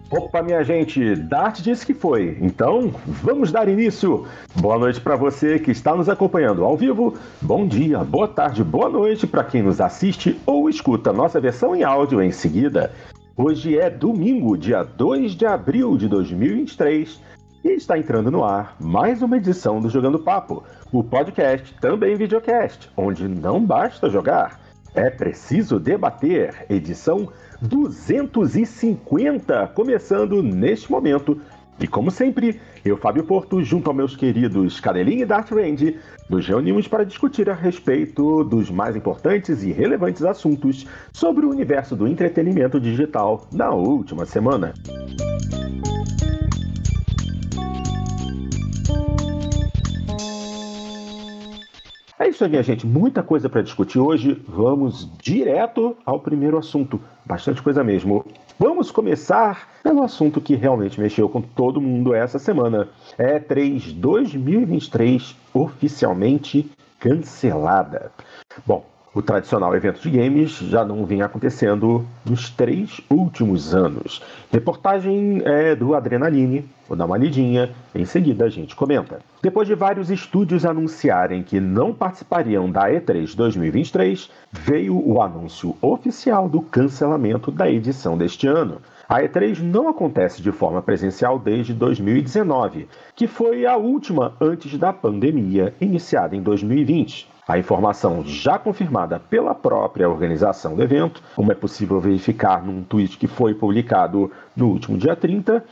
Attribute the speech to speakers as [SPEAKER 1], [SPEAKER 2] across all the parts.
[SPEAKER 1] Opa, minha gente, Dart disse que foi, então vamos dar início. Boa noite para você que está nos acompanhando ao vivo, bom dia, boa tarde, boa noite para quem nos assiste ou escuta nossa versão em áudio em seguida. Hoje é domingo, dia 2 de abril de 2023 e está entrando no ar mais uma edição do Jogando Papo, o podcast, também videocast, onde não basta jogar, é preciso debater, edição 250, começando neste momento. E como sempre, eu, Fábio Porto, junto aos meus queridos Cadelinha e Dart Range, nos reunimos para discutir a respeito dos mais importantes e relevantes assuntos sobre o universo do entretenimento digital na última semana. É isso aí, minha gente. Muita coisa para discutir hoje. Vamos direto ao primeiro assunto. Bastante coisa mesmo. Vamos começar pelo assunto que realmente mexeu com todo mundo essa semana. E3 2023 oficialmente cancelada. Bom, o tradicional evento de games já não vinha acontecendo nos 3 últimos anos. Reportagem do Adrenaline. Vou dar uma lidinha, em seguida a gente comenta. Depois de vários estúdios anunciarem que não participariam da E3 2023, veio o anúncio oficial do cancelamento da edição deste ano. A E3 não acontece de forma presencial desde 2019, que foi a última antes da pandemia, iniciada em 2020. A informação já confirmada pela própria organização do evento, como é possível verificar num tweet que foi publicado no último dia 30,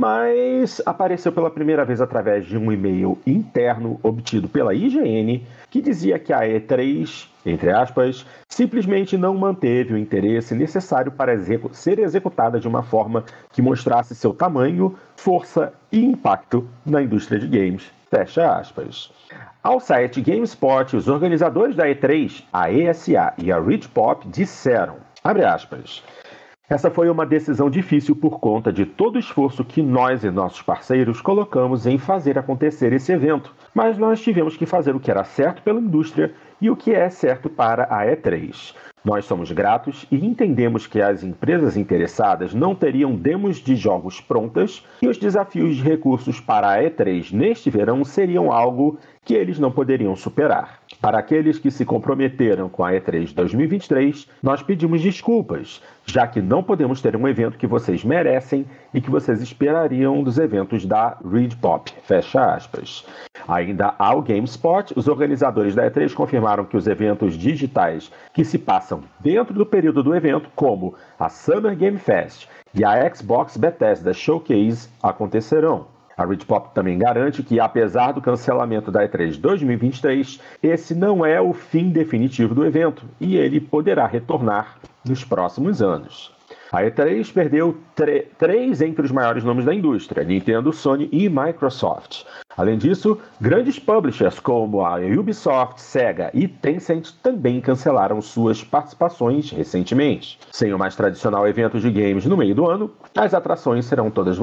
[SPEAKER 1] mas apareceu pela primeira vez através de um e-mail interno obtido pela IGN, que dizia que a E3, entre aspas, simplesmente não manteve o interesse necessário para ser executada de uma forma que mostrasse seu tamanho, força e impacto na indústria de games. Fecha aspas. Ao site GameSpot, os organizadores da E3, a ESA e a ReachPop disseram, abre aspas, essa foi uma decisão difícil por conta de todo o esforço que nós e nossos parceiros colocamos em fazer acontecer esse evento, mas nós tivemos que fazer o que era certo pela indústria e o que é certo para a E3. Nós somos gratos e entendemos que as empresas interessadas não teriam demos de jogos prontas e os desafios de recursos para a E3 neste verão seriam algo que eles não poderiam superar. Para aqueles que se comprometeram com a E3 2023, nós pedimos desculpas, já que não podemos ter um evento que vocês merecem e que vocês esperariam dos eventos da ReachPop. Fecha aspas. Ainda ao GameSpot, os organizadores da E3 confirmaram que os eventos digitais que se passam dentro do período do evento, como a Summer Game Fest e a Xbox Bethesda Showcase, acontecerão. A ReachPop também garante que, apesar do cancelamento da E3 2023, esse não é o fim definitivo do evento e ele poderá retornar nos próximos anos. A E3 perdeu três entre os maiores nomes da indústria, Nintendo, Sony e Microsoft. Além disso, grandes publishers como a Ubisoft, Sega e Tencent também cancelaram suas participações recentemente. Sem o mais tradicional evento de games no meio do ano, as atenções serão todas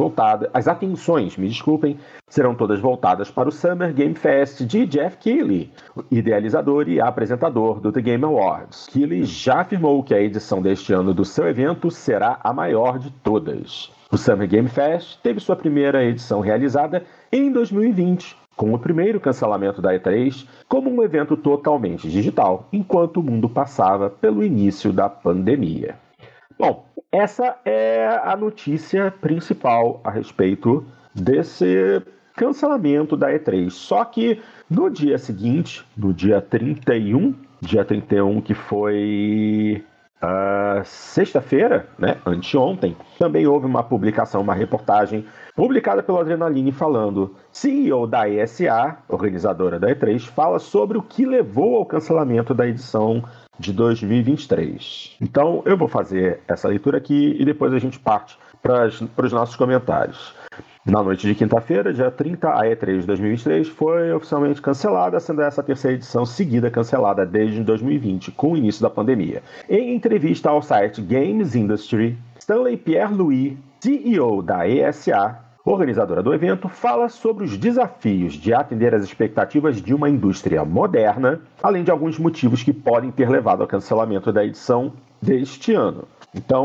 [SPEAKER 1] voltadas para o Summer Game Fest de Jeff Keighley, idealizador e apresentador do The Game Awards. Keighley já afirmou que a edição deste ano do seu evento será a maior de todas. O Summer Game Fest teve sua primeira edição realizada em 2020, com o primeiro cancelamento da E3 como um evento totalmente digital, enquanto o mundo passava pelo início da pandemia. Bom, essa é a notícia principal a respeito desse cancelamento da E3. Só que no dia seguinte, no dia 31 que foi sexta-feira, né, anteontem, também houve uma reportagem publicada pelo Adrenaline falando, CEO da ESA, organizadora da E3, fala sobre o que levou ao cancelamento da edição de 2023. Então, eu vou fazer essa leitura aqui e depois a gente parte para os nossos comentários. Na noite de quinta-feira, dia 30, a E3 2023 foi oficialmente cancelada, sendo essa a terceira edição seguida cancelada desde 2020, com o início da pandemia. Em entrevista ao site Games Industry, Stanley Pierre-Louis, CEO da ESA, organizadora do evento, fala sobre os desafios de atender às expectativas de uma indústria moderna, além de alguns motivos que podem ter levado ao cancelamento da edição deste ano. Então,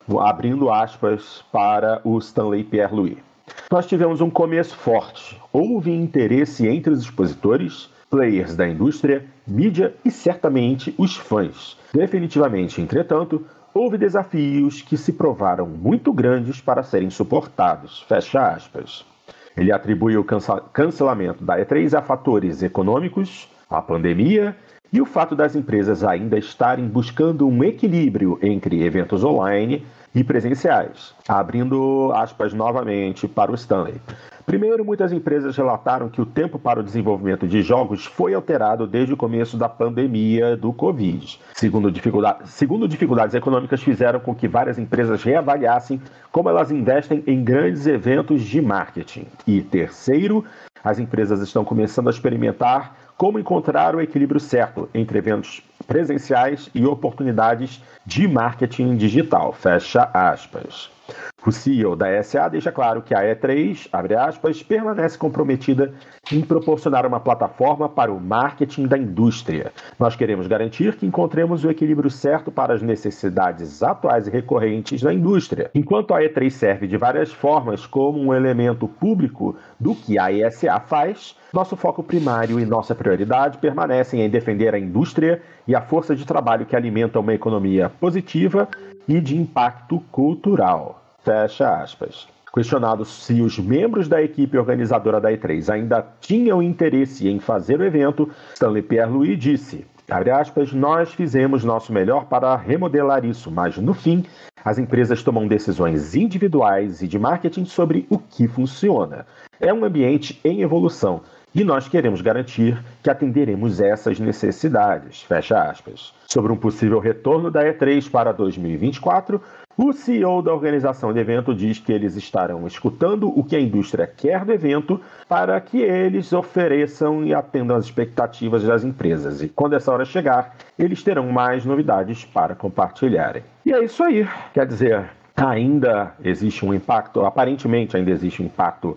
[SPEAKER 1] abrindo aspas para o Stanley Pierre-Louis. Nós tivemos um começo forte. Houve interesse entre os expositores, players da indústria, mídia e certamente os fãs. Definitivamente, entretanto, houve desafios que se provaram muito grandes para serem suportados. Fecha aspas. Ele atribui o cancelamento da E3 a fatores econômicos, a pandemia e o fato das empresas ainda estarem buscando um equilíbrio entre eventos online e presenciais. Abrindo aspas novamente para o Stanley. Primeiro, muitas empresas relataram que o tempo para o desenvolvimento de jogos foi alterado desde o começo da pandemia do Covid. Segundo, dificuldades econômicas fizeram com que várias empresas reavaliassem como elas investem em grandes eventos de marketing. E terceiro, as empresas estão começando a experimentar como encontrar o equilíbrio certo entre eventos presenciais e oportunidades de marketing digital. Fecha aspas. O CEO da SA deixa claro que a E3, abre aspas, permanece comprometida em proporcionar uma plataforma para o marketing da indústria. Nós queremos garantir que encontremos o equilíbrio certo para as necessidades atuais e recorrentes da indústria. Enquanto a E3 serve de várias formas como um elemento público do que a ESA faz, nosso foco primário e nossa prioridade permanecem em defender a indústria e a força de trabalho que alimenta uma economia positiva e de impacto cultural. Fecha aspas. Questionado se os membros da equipe organizadora da E3 ainda tinham interesse em fazer o evento, Stanley Pierre-Louis disse, abre aspas, nós fizemos nosso melhor para remodelar isso, mas no fim, as empresas tomam decisões individuais e de marketing sobre o que funciona. É um ambiente em evolução e nós queremos garantir que atenderemos essas necessidades. Fecha aspas. Sobre um possível retorno da E3 para 2024, o CEO da organização do evento diz que eles estarão escutando o que a indústria quer do evento para que eles ofereçam e atendam às expectativas das empresas. E quando essa hora chegar, eles terão mais novidades para compartilharem. E é isso aí. Quer dizer, ainda existe um impacto, aparentemente ainda existe um impacto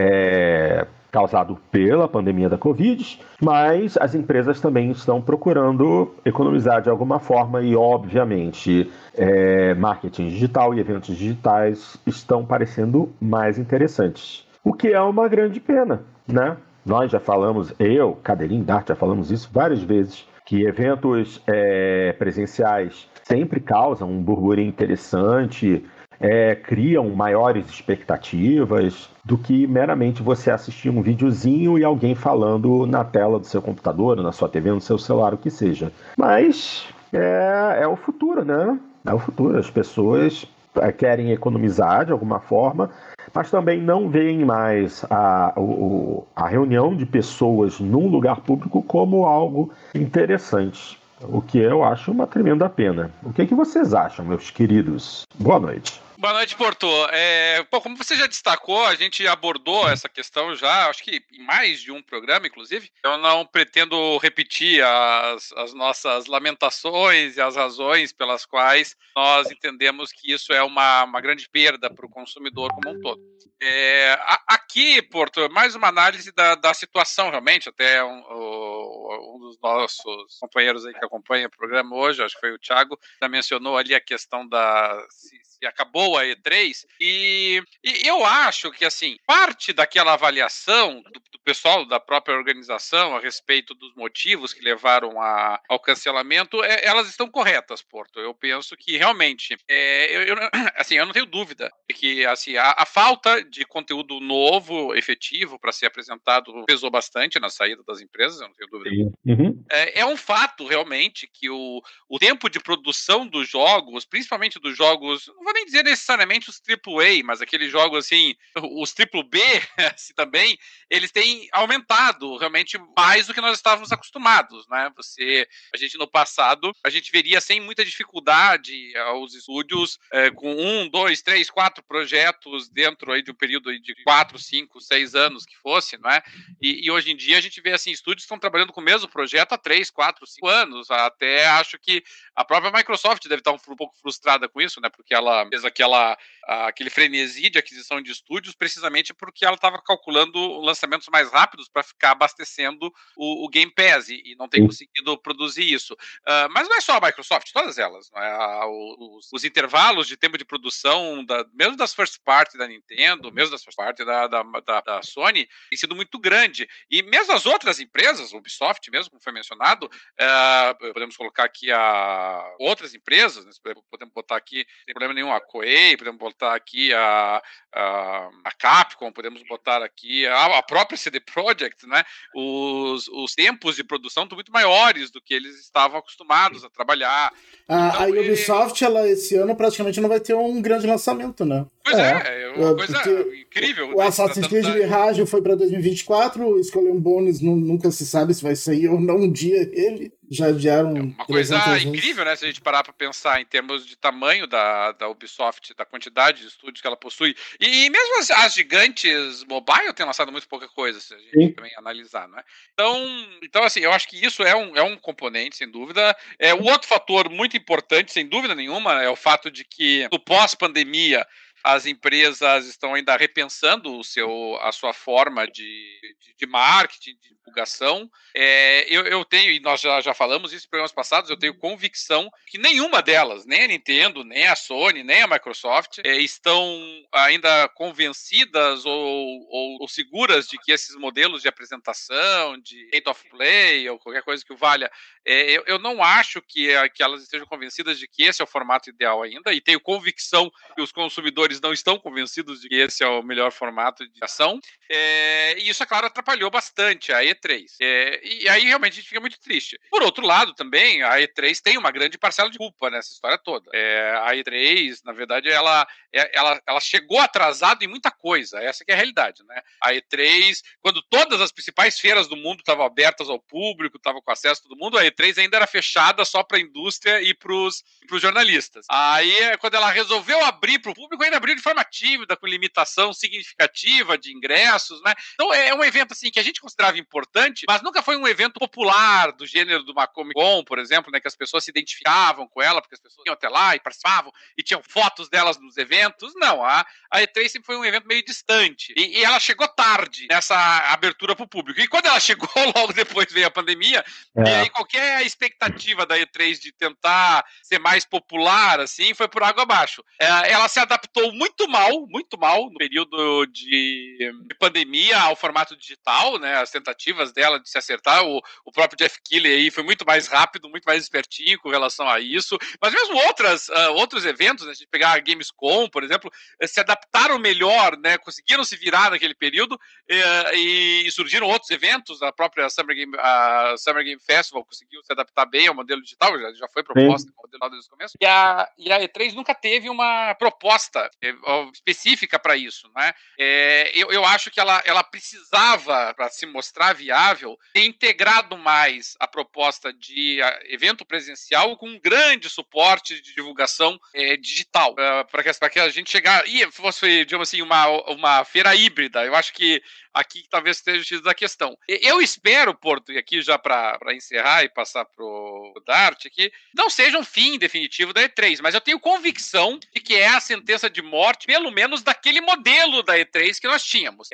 [SPEAKER 1] causado pela pandemia da Covid, mas as empresas também estão procurando economizar de alguma forma e, obviamente, marketing digital e eventos digitais estão parecendo mais interessantes, o que é uma grande pena, né? Nós já falamos, Cadeirinho Dart, já falamos isso várias vezes, que eventos presenciais sempre causam um burburinho interessante, criam maiores expectativas do que meramente você assistir um videozinho e alguém falando na tela do seu computador, na sua TV, no seu celular, o que seja. Mas é o futuro, né? É o futuro. As pessoas querem economizar de alguma forma, mas também não veem mais a reunião de pessoas num lugar público como algo interessante. O que eu acho uma tremenda pena. O que vocês acham, meus queridos? Boa noite.
[SPEAKER 2] Boa noite, Porto. Como você já destacou, a gente abordou essa questão já, acho que em mais de um programa, inclusive. Eu não pretendo repetir as nossas lamentações e as razões pelas quais nós entendemos que isso é uma grande perda para o consumidor como um todo. Aqui, Porto, mais uma análise da situação, realmente. Até um dos nossos companheiros aí que acompanha o programa hoje, acho que foi o Thiago, já mencionou ali a questão se acabou a E3, e eu acho que, assim, parte daquela avaliação do pessoal da própria organização a respeito dos motivos que levaram ao cancelamento, elas estão corretas, Porto. Eu penso que, realmente, eu não tenho dúvida de que, assim, a falta de conteúdo novo, efetivo, para ser apresentado, pesou bastante na saída das empresas, eu não tenho dúvida.
[SPEAKER 1] Uhum.
[SPEAKER 2] É um fato, realmente, que o tempo de produção dos jogos, principalmente dos jogos, não vou nem dizer necessariamente os AAA, mas aqueles jogos, assim, os BBB, assim, também, eles têm aumentado, realmente, mais do que nós estávamos acostumados, né? A gente, no passado, a gente veria sem muita dificuldade aos estúdios com 1, 2, 3, 4 projetos dentro aí de um período aí de 4, 5, 6 anos que fosse, não é? E hoje em dia a gente vê, assim, estúdios que estão trabalhando com o mesmo projeto há 3, 4, 5 anos. Até acho que a própria Microsoft deve estar um pouco frustrada com isso, né? Porque ela fez aquela aquele frenesi de aquisição de estúdios, precisamente porque ela estava calculando lançamentos mais rápidos para ficar abastecendo o Game Pass e não tem conseguido produzir isso. Mas não é só a Microsoft, todas elas. Não é? Os intervalos de tempo de produção, mesmo das first party da Nintendo, mesmo das first party da Sony, tem sido muito grande. E mesmo as outras empresas, o Ubisoft mesmo, como foi mencionado, podemos colocar aqui outras empresas, né? Podemos botar aqui, sem problema nenhum, a Koei, podemos botar aqui a Capcom, podemos botar aqui a própria CD Projekt, né? Os tempos de produção estão muito maiores do que eles estavam acostumados a trabalhar.
[SPEAKER 3] A Ubisoft, ela esse ano praticamente não vai ter um grande lançamento, né?
[SPEAKER 2] Pois é uma coisa incrível.
[SPEAKER 3] O Assassin's Creed Mirage foi para 2024, o Skull and Bones nunca se sabe se vai sair ou não um dia ele. Já adiaram.
[SPEAKER 2] Uma coisa incrível, né? Se a gente parar para pensar em termos de tamanho da Ubisoft, da quantidade de estúdios que ela possui. E mesmo as gigantes mobile têm lançado muito pouca coisa, se a gente também analisar, né? Então, assim, eu acho que isso é um componente, sem dúvida. O outro fator muito importante, sem dúvida nenhuma, é o fato de que no pós-pandemia as empresas estão ainda repensando a sua forma de marketing, de divulgação. Eu tenho, e nós já falamos isso em programas passados, eu tenho convicção que nenhuma delas, nem a Nintendo, nem a Sony, nem a Microsoft, estão ainda convencidas ou seguras de que esses modelos de apresentação, de state of play, ou qualquer coisa que o valha, eu não acho que elas estejam convencidas de que esse é o formato ideal ainda, e tenho convicção que os consumidores não estão convencidos de que esse é o melhor formato de ação. E isso, é claro, atrapalhou bastante a E3. E aí, realmente, a gente fica muito triste. Por outro lado, também, a E3 tem uma grande parcela de culpa nessa história toda. A E3, na verdade, ela chegou atrasada em muita coisa. Essa que é a realidade, né? A E3, quando todas as principais feiras do mundo estavam abertas ao público, estavam com acesso a todo mundo, a E3 ainda era fechada só para a indústria e para os jornalistas. Aí, quando ela resolveu abrir para o público, ainda abriu de forma tímida, com limitação significativa de ingressos, né? Então é um evento assim que a gente considerava importante, mas nunca foi um evento popular do gênero de uma Comic Con, por exemplo, né, que as pessoas se identificavam com ela, porque as pessoas iam até lá e participavam e tinham fotos delas nos eventos. Não, a E3 sempre foi um evento meio distante e ela chegou tarde nessa abertura para o público. E quando ela chegou, logo depois veio a pandemia, e aí qualquer expectativa da E3 de tentar ser mais popular, assim, foi por água abaixo. Ela se adaptou muito mal no período de pandemia ao formato digital, né? As tentativas dela de se acertar, o próprio Jeff Keighley aí foi muito mais rápido, muito mais espertinho com relação a isso, mas mesmo outros eventos, né? Se a gente pegar a Gamescom, por exemplo, se adaptaram melhor, né? Conseguiram se virar naquele período e surgiram outros eventos, a própria Summer Game Festival conseguiu se adaptar bem ao modelo digital, já foi proposta no modelo desde o começo, e a E3 nunca teve uma proposta específica para isso, né? Eu acho que ela precisava, para se mostrar viável, ter integrado mais a proposta de evento presencial com um grande suporte de divulgação digital, para que a gente chegar e fosse, digamos assim, uma feira híbrida. Eu acho que aqui talvez esteja o X da questão. Eu espero, Porto, e aqui já para encerrar e passar pro Dart, que não seja um fim definitivo da E3, mas eu tenho convicção de que é a sentença de morte, pelo menos daquele modelo da E3 que nós tínhamos.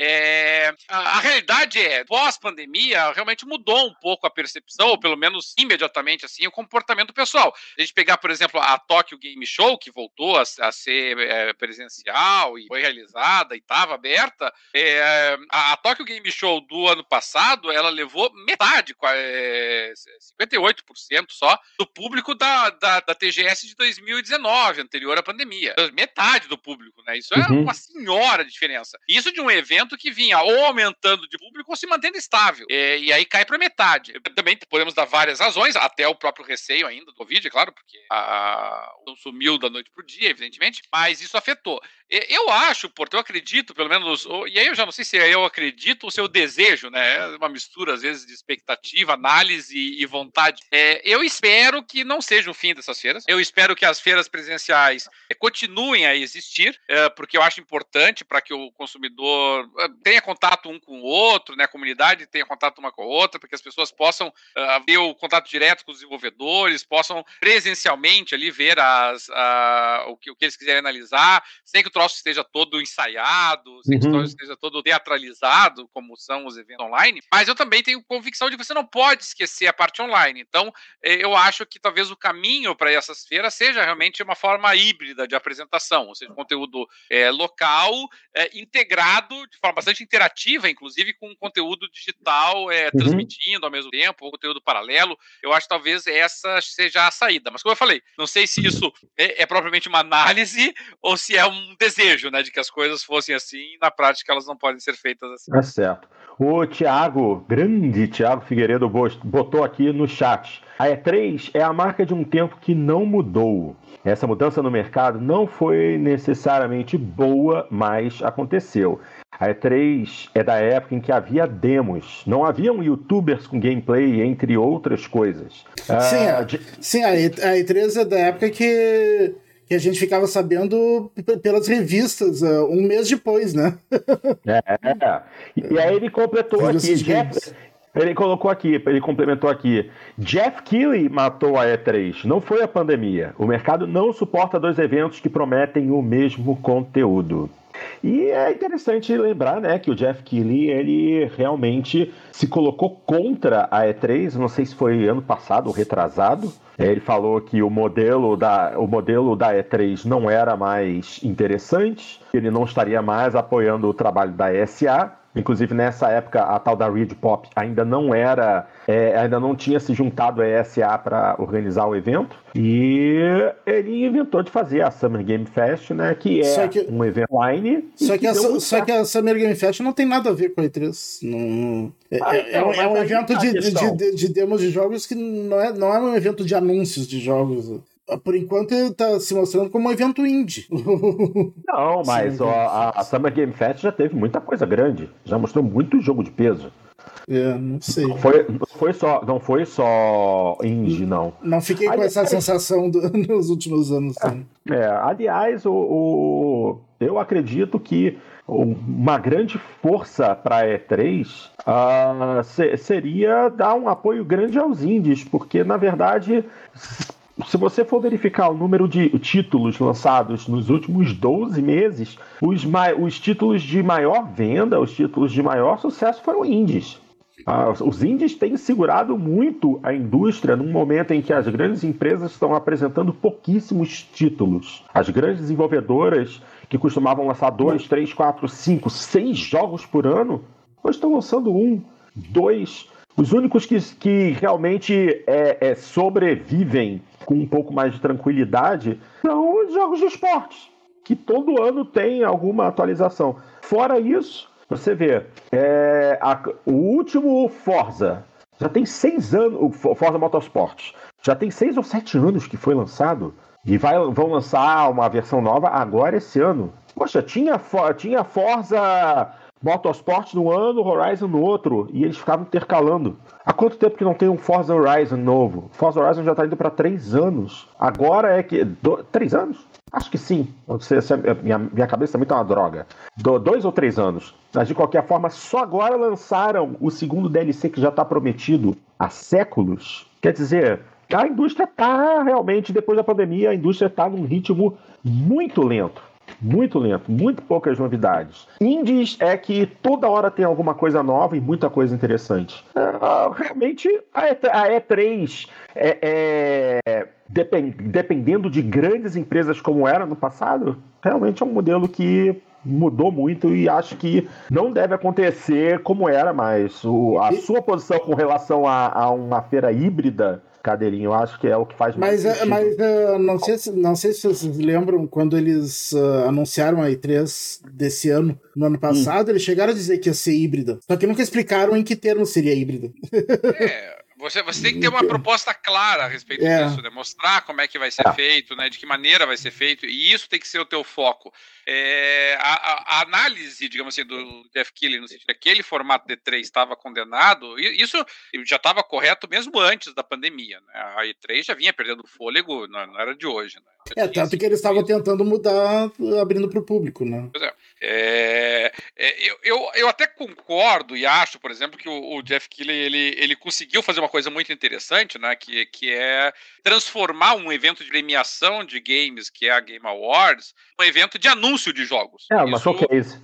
[SPEAKER 2] A realidade pós-pandemia, realmente mudou um pouco a percepção, ou pelo menos imediatamente assim, o comportamento pessoal. A gente pegar, por exemplo, a Tokyo Game Show, que voltou a ser presencial e foi realizada e estava aberta, a Tokyo Game Show do ano passado, ela levou metade, 58% só, do público da TGS de 2019, anterior à pandemia. Metade do público, né? Isso é uma senhora de diferença. Isso de um evento que vinha ou aumentando de público ou se mantendo estável. E aí cai para metade. Também podemos dar várias razões, até o próprio receio ainda do Covid, é claro, porque não sumiu da noite pro dia, evidentemente, mas isso afetou. Eu acho, Porto, eu acredito, pelo menos, e aí eu já não sei se eu acredito ou se eu desejo, né? É uma mistura, às vezes, de expectativa, análise e vontade. Eu espero que não seja o fim dessas feiras. Eu espero que as feiras presenciais continuem a existir, porque eu acho importante para que o consumidor tenha contato um com o outro, né, a comunidade tenha contato uma com a outra, para que as pessoas possam ter o contato direto com os desenvolvedores, possam presencialmente ali ver o que eles quiserem analisar, sem que o troço esteja todo ensaiado, sem que o troço esteja todo teatralizado, como são os eventos online, mas eu também tenho convicção de que você não pode esquecer a parte online. Então, eu acho que talvez o caminho para essas feiras seja realmente uma forma híbrida de apresentação, ou seja, conteúdo local, integrado, de forma bastante interativa, inclusive com conteúdo digital transmitindo ao mesmo tempo, ou conteúdo paralelo. Eu acho que talvez essa seja a saída. Mas, como eu falei, não sei se isso é propriamente uma análise ou se é um desejo, né, de que as coisas fossem assim, e na prática elas não podem ser feitas assim.
[SPEAKER 1] É certo. O grande Thiago Figueiredo, botou aqui no chat: a E3 é a marca de um tempo que não mudou. Essa mudança no mercado não foi necessariamente boa, mas aconteceu. A E3 é da época em que havia demos, não haviam youtubers com gameplay, entre outras coisas.
[SPEAKER 3] Sim, a E3 é da época que a gente ficava sabendo pelas revistas um mês depois, né?
[SPEAKER 1] E aí ele completou aqui, ele complementou aqui: Jeff Keighley matou a E3, não foi a pandemia. O mercado não suporta dois eventos que prometem o mesmo conteúdo. E é interessante lembrar, né, que o Jeff Keighley, ele realmente se colocou contra a E3, não sei se foi ano passado ou retrasado. Ele falou que o modelo da E3 não era mais interessante, ele não estaria mais apoiando o trabalho da ESA. Inclusive, nessa época, a tal da Red Pop ainda não tinha se juntado à ESA para organizar o evento. E ele inventou de fazer a Summer Game Fest, né, que é um evento online.
[SPEAKER 3] Só que a Summer Game Fest não tem nada a ver com a E3. É um evento de demos de jogos que não é um evento de anúncios de jogos. Por enquanto ele está se mostrando como um evento indie.
[SPEAKER 1] Não, mas a Summer Game Fest já teve muita coisa grande. Já mostrou muito jogo de peso.
[SPEAKER 3] Não sei.
[SPEAKER 1] Não foi só indie, não.
[SPEAKER 3] Não fiquei com essa sensação nos últimos anos.
[SPEAKER 1] Aliás, eu acredito que uma grande força para a E3 seria dar um apoio grande aos indies, porque, na verdade, se você for verificar o número de títulos lançados nos últimos 12 meses, os títulos de maior venda, os títulos de maior sucesso foram indies. Os indies têm segurado muito a indústria num momento em que as grandes empresas estão apresentando pouquíssimos títulos. As grandes desenvolvedoras, que costumavam lançar 2, 3, 4, 5, 6 jogos por ano, hoje estão lançando 1, 2. Os únicos que realmente sobrevivem com um pouco mais de tranquilidade são os jogos de esportes, que todo ano tem alguma atualização. Fora isso, você vê, o último Forza, já tem 6 anos, o Forza Motorsport, já tem 6 ou 7 anos que foi lançado, e vão lançar uma versão nova agora esse ano. Poxa, tinha Forza Motorsport no ano, Horizon no outro, e eles ficavam intercalando. Há quanto tempo que não tem um Forza Horizon novo? Forza Horizon já está indo para 3 anos. Agora é que... 3 anos? Acho que sim. Minha cabeça também tá uma droga. 2 ou 3 anos. Mas de qualquer forma, só agora lançaram o segundo DLC que já está prometido há séculos. Quer dizer, a indústria está realmente, depois da pandemia, a indústria está num ritmo muito lento. Muito lento, muito poucas novidades. Indies é que toda hora tem alguma coisa nova e muita coisa interessante. Realmente, a E3, dependendo de grandes empresas como era no passado, realmente é um modelo que mudou muito e acho que não deve acontecer como era mais. A sua posição com relação a uma feira híbrida, Cadeirinho, eu acho que é o que faz mais sentido.
[SPEAKER 3] Mas não sei se vocês lembram, quando eles anunciaram a E3 desse ano, no ano passado, eles chegaram a dizer que ia ser híbrida. Só que nunca explicaram em que termo seria híbrida.
[SPEAKER 2] Você tem que ter uma proposta clara a respeito disso, né? Mostrar como é que vai ser feito, né? De que maneira vai ser feito, e isso tem que ser o teu foco. a análise, digamos assim, do Jeff Keighley, no sentido que aquele formato D3 estava condenado, isso já estava correto mesmo antes da pandemia, né? A E3 já vinha perdendo fôlego, não era de hoje, né?
[SPEAKER 3] Tanto que eles estavam tentando mudar, abrindo para o público, né?
[SPEAKER 2] Pois é. Eu até concordo e acho, por exemplo, que o Jeff Keighley ele conseguiu fazer uma coisa muito interessante, né? Que é transformar um evento de premiação de games, que é a Game Awards, um evento de anúncio de jogos.
[SPEAKER 1] Uma showcase.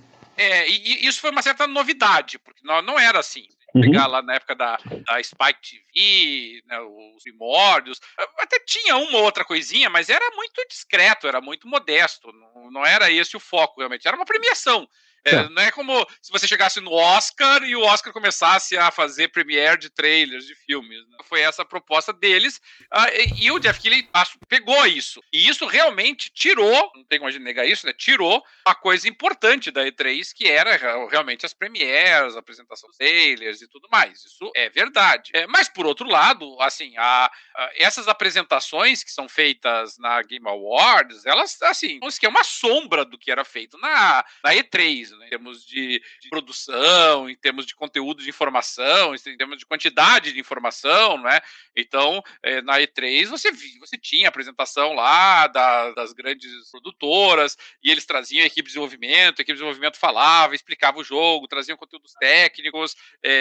[SPEAKER 2] E isso foi uma certa novidade, porque não era assim. Pegar lá na época da Spike TV, né, os primórdios, até tinha uma ou outra coisinha, mas era muito discreto, era muito modesto, não era esse o foco, realmente, era uma premiação. Não é como se você chegasse no Oscar e o Oscar começasse a fazer premiere de trailers de filmes, né? Foi essa a proposta deles, e o Jeff Keighley pegou isso, e isso realmente tirou, não tem como a gente negar isso, né? Tirou uma coisa importante da E3, que era realmente as premieres, a apresentação dos trailers e tudo mais. Isso é verdade. Mas, por outro lado, assim, essas apresentações que são feitas na Game Awards, elas, assim, que é uma sombra do que era feito na E3, né, em termos de produção, em termos de conteúdo de informação, em termos de quantidade de informação, né? Então, na E3 você tinha a apresentação lá das grandes produtoras, e eles traziam a equipe de desenvolvimento falava, explicava o jogo, traziam conteúdos técnicos,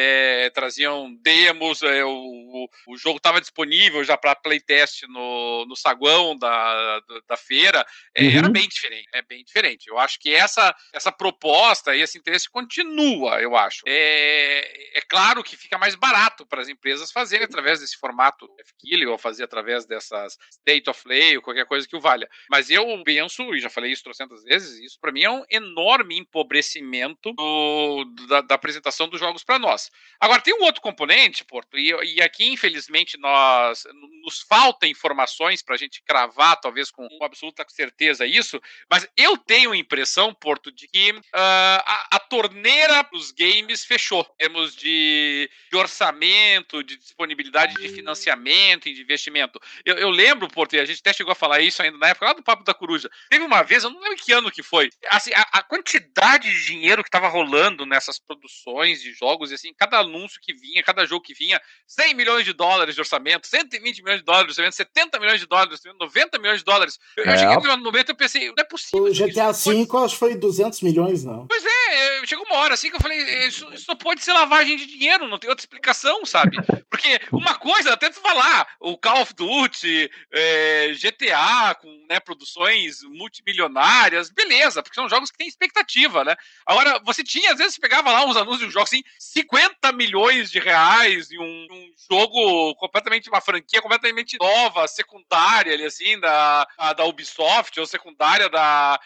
[SPEAKER 2] traziam demos, o jogo estava disponível já para playtest no saguão da feira, era bem diferente. Eu acho que essa proposta e esse interesse continua, eu acho. É claro que fica mais barato para as empresas fazerem através desse formato Jeff Keighley, ou fazer através dessas State of Play, ou qualquer coisa que o valha. Mas eu penso, e já falei isso 300 vezes, isso para mim é um enorme empobrecimento da apresentação dos jogos para nós. Agora, tem um outro componente, Porto, e aqui, infelizmente, nos falta informações para a gente cravar, talvez com absoluta certeza isso, mas eu tenho a impressão, Porto, de que a torneira dos games fechou, em termos de orçamento, de disponibilidade de financiamento e de investimento. Eu lembro, Porto, e a gente até chegou a falar isso ainda na época lá do Papo da Coruja. Teve uma vez, eu não lembro que ano que foi, assim, a quantidade de dinheiro que estava rolando nessas produções de jogos, e assim, cada anúncio que vinha, cada jogo que vinha, $100 milhões de orçamento, $120 milhões de orçamento, $70 milhões de orçamento, $90 milhões de dólares. Eu cheguei no momento e eu pensei, não é possível.
[SPEAKER 3] O GTA V, acho que foi 200 milhões, não.
[SPEAKER 2] Pois chegou uma hora assim que eu falei, isso não pode ser lavagem de dinheiro, não tem outra explicação, sabe? Porque uma coisa, até tu falar, o Call of Duty, GTA, com, né, produções multimilionárias, beleza, porque são jogos que têm expectativa, né? Agora, você tinha, às vezes, você pegava lá uns anúncios de um jogo assim, $50 milhões e um jogo completamente, uma franquia completamente nova, secundária ali, assim, da Ubisoft, ou secundária da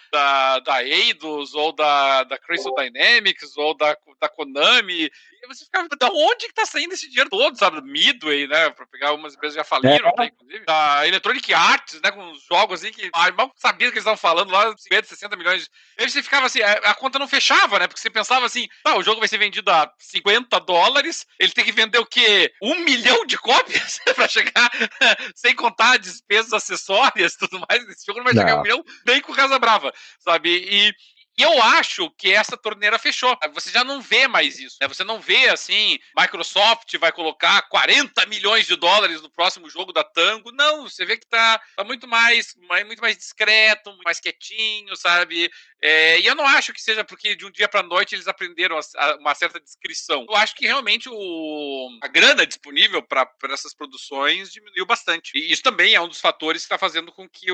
[SPEAKER 2] Eidos, ou da Crystal Dynamics, ou da Konami, e você ficava, da onde que tá saindo esse dinheiro todo, sabe? Midway, né, pra pegar umas empresas que já faliram, né, inclusive, da Electronic Arts, né, com uns jogos assim que mal sabia que eles estavam falando lá, 50, 60 milhões. Aí você ficava assim, a conta não fechava, né, porque você pensava assim, o jogo vai ser vendido a $50, ele tem que vender o quê? 1 milhão de cópias pra chegar, sem contar despesas acessórias e tudo mais, esse jogo não vai chegar a 1 milhão nem com Casa Brava, sabe? E eu acho que essa torneira fechou. Você já não vê mais isso, né? Você não vê, assim, Microsoft vai colocar $40 milhões no próximo jogo da Tango. Não, você vê que tá muito mais discreto, muito mais quietinho, sabe? E eu não acho que seja porque de um dia pra noite eles aprenderam uma certa discrição. Eu acho que realmente a grana disponível para essas produções diminuiu bastante. E isso também é um dos fatores que está fazendo com que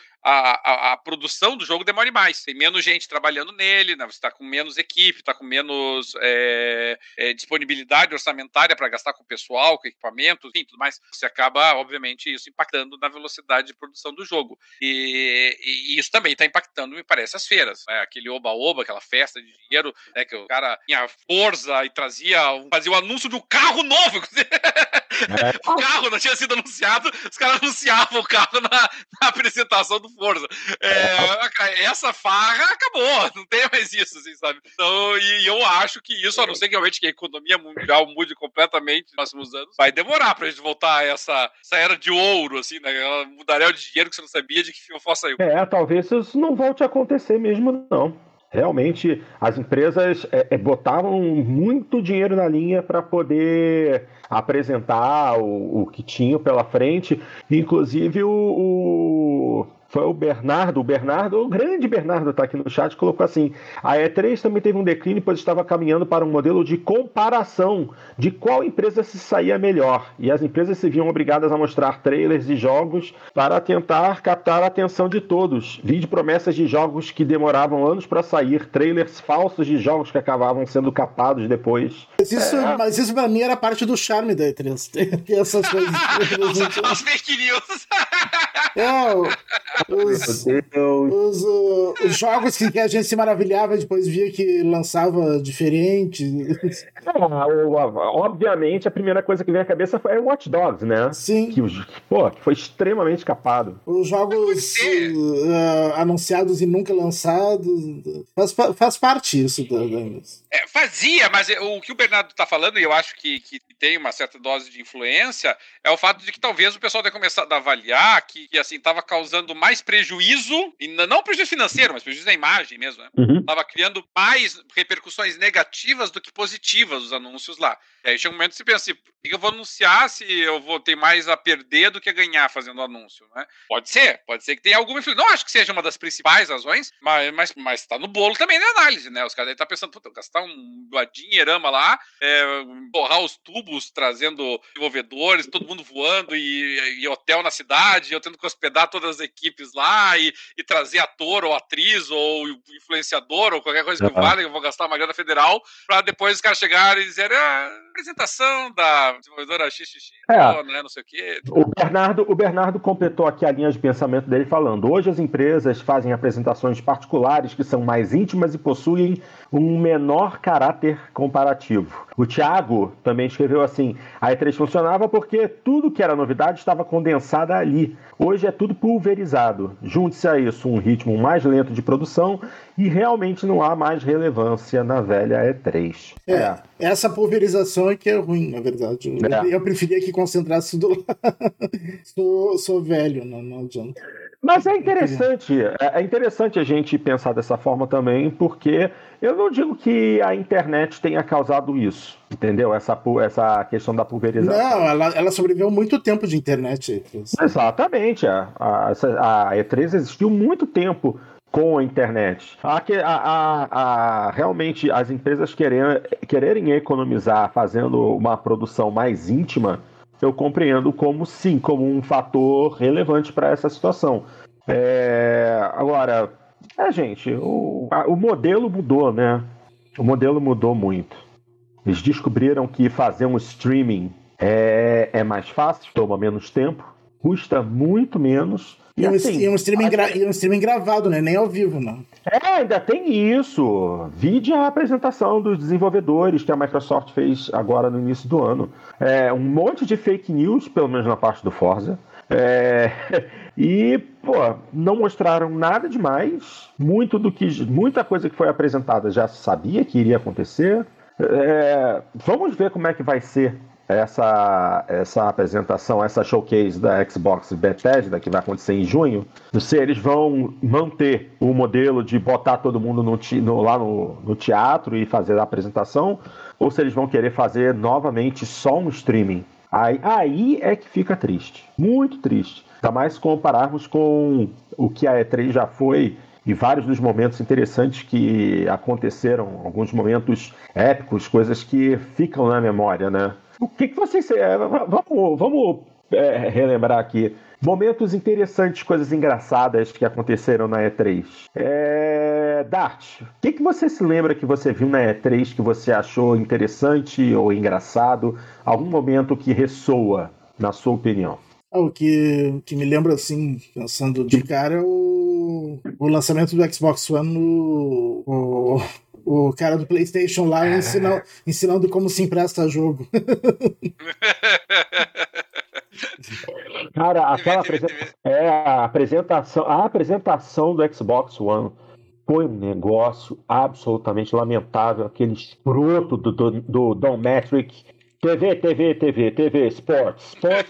[SPEAKER 2] a produção do jogo demore mais. Tem menos gente trabalhando nele, né? Você está com menos equipe, está com menos disponibilidade orçamentária para gastar com pessoal, com equipamento, enfim, tudo mais. Você acaba, obviamente, isso impactando na velocidade de produção do jogo. E isso também está impactando, me parece, as feiras. Né? Aquele oba-oba, aquela festa de dinheiro, né? Que o cara tinha força e fazia o anúncio de um carro novo. O carro não tinha sido anunciado, os caras anunciavam o carro na apresentação do Forza. Essa farra acabou, não tem mais isso, assim, sabe? Então, e eu acho que isso, a não ser que realmente que a economia mundial mude completamente nos próximos anos, vai demorar pra gente voltar a essa era de ouro, assim, né? Ela mudaria o dinheiro que você não sabia de que FIFA saiu.
[SPEAKER 1] Talvez isso não volte a acontecer mesmo, não. Realmente, as empresas botavam muito dinheiro na linha para poder apresentar o que tinham pela frente. Inclusive, foi o Bernardo, o grande Bernardo está aqui no chat, colocou assim: a E3 também teve um declínio, pois estava caminhando para um modelo de comparação de qual empresa se saía melhor. E as empresas se viam obrigadas a mostrar trailers de jogos para tentar captar a atenção de todos. Vi de promessas de jogos que demoravam anos para sair, trailers falsos de jogos que acabavam sendo capados depois.
[SPEAKER 3] Mas isso para mim era parte do charme da E3. Essas coisas.
[SPEAKER 2] As fake news.
[SPEAKER 3] Os jogos que a gente se maravilhava e depois via que lançava diferente.
[SPEAKER 1] Obviamente, a primeira coisa que veio à cabeça foi o Watch Dogs, né?
[SPEAKER 3] Sim.
[SPEAKER 1] Que foi extremamente capado.
[SPEAKER 3] Os jogos anunciados e nunca lançados. Faz parte isso da
[SPEAKER 2] fazia, mas o que o Bernardo tá falando, e eu acho que tem uma certa dose de influência, é o fato de que talvez o pessoal tenha começado a avaliar que assim, tava causando mais prejuízo, e não prejuízo financeiro, mas prejuízo na imagem mesmo, né? Tava criando mais repercussões negativas do que positivas os anúncios lá. E aí chega um momento que você pensa assim, por que eu vou anunciar se eu vou ter mais a perder do que a ganhar fazendo anúncio, né? Pode ser que tenha alguma influência. Não acho que seja uma das principais razões, mas tá no bolo também na análise, né? Os caras aí tá pensando, puta, gastar um dinheirama lá, borrar os tubos, trazendo desenvolvedores, todo mundo voando e hotel na cidade, eu tendo que hospedar todas as equipes lá e trazer ator ou atriz ou influenciador ou qualquer coisa que valha, eu vou gastar uma grana federal pra depois os caras chegarem e dizerem apresentação da desenvolvedora XXX, né, não sei o quê.
[SPEAKER 1] O Bernardo completou aqui a linha de pensamento dele falando: hoje as empresas fazem apresentações particulares que são mais íntimas e possuem um menor caráter comparativo. O Thiago também escreveu assim: a E3 funcionava porque tudo que era novidade estava condensado ali. Hoje é tudo pulverizado. Junte-se a isso um ritmo mais lento de produção e realmente não há mais relevância na velha E3.
[SPEAKER 3] Essa pulverização é que é ruim, na verdade. Eu preferia que concentrasse tudo lá. Sou velho, não adianta.
[SPEAKER 1] Mas é interessante a gente pensar dessa forma também, porque eu não digo que a internet tenha causado isso, entendeu? Essa questão da pulverização.
[SPEAKER 3] Não, ela sobreviveu muito tempo de internet.
[SPEAKER 1] Exatamente. A E3 existiu muito tempo com a internet. Realmente as empresas quererem economizar fazendo uma produção mais íntima, eu compreendo como um fator relevante para essa situação. Agora, gente, o modelo mudou, né? O modelo mudou muito. Eles descobriram que fazer um streaming é mais fácil, toma menos tempo, custa muito menos.
[SPEAKER 3] E um streaming gravado, né? Nem ao vivo, não.
[SPEAKER 1] Ainda tem isso. Vide a apresentação dos desenvolvedores que a Microsoft fez agora no início do ano. Um monte de fake news, pelo menos na parte do Forza. E, não mostraram nada demais. Muita coisa que foi apresentada já se sabia que iria acontecer. Vamos ver como é que vai ser essa apresentação, essa showcase da Xbox Bethesda, que vai acontecer em junho. Se eles vão manter o modelo de botar todo mundo lá no teatro e fazer a apresentação, ou se eles vão querer fazer novamente só um streaming. Aí é que fica triste, muito triste. Ainda mais se compararmos com o que a E3 já foi e vários dos momentos interessantes que aconteceram, alguns momentos épicos, coisas que ficam na memória, né? O que vocês... Vamos relembrar aqui. Momentos interessantes, coisas engraçadas que aconteceram na E3. Dart, o que você se lembra que você viu na E3 que você achou interessante ou engraçado? Algum momento que ressoa, na sua opinião?
[SPEAKER 3] O que me lembra, assim, pensando de cara, é o lançamento do Xbox One o cara do PlayStation lá ensinando como se empresta jogo.
[SPEAKER 1] Cara, aquela a apresentação do Xbox One foi um negócio absolutamente lamentável. Aquele escroto do Don Matrick. TV, Sports,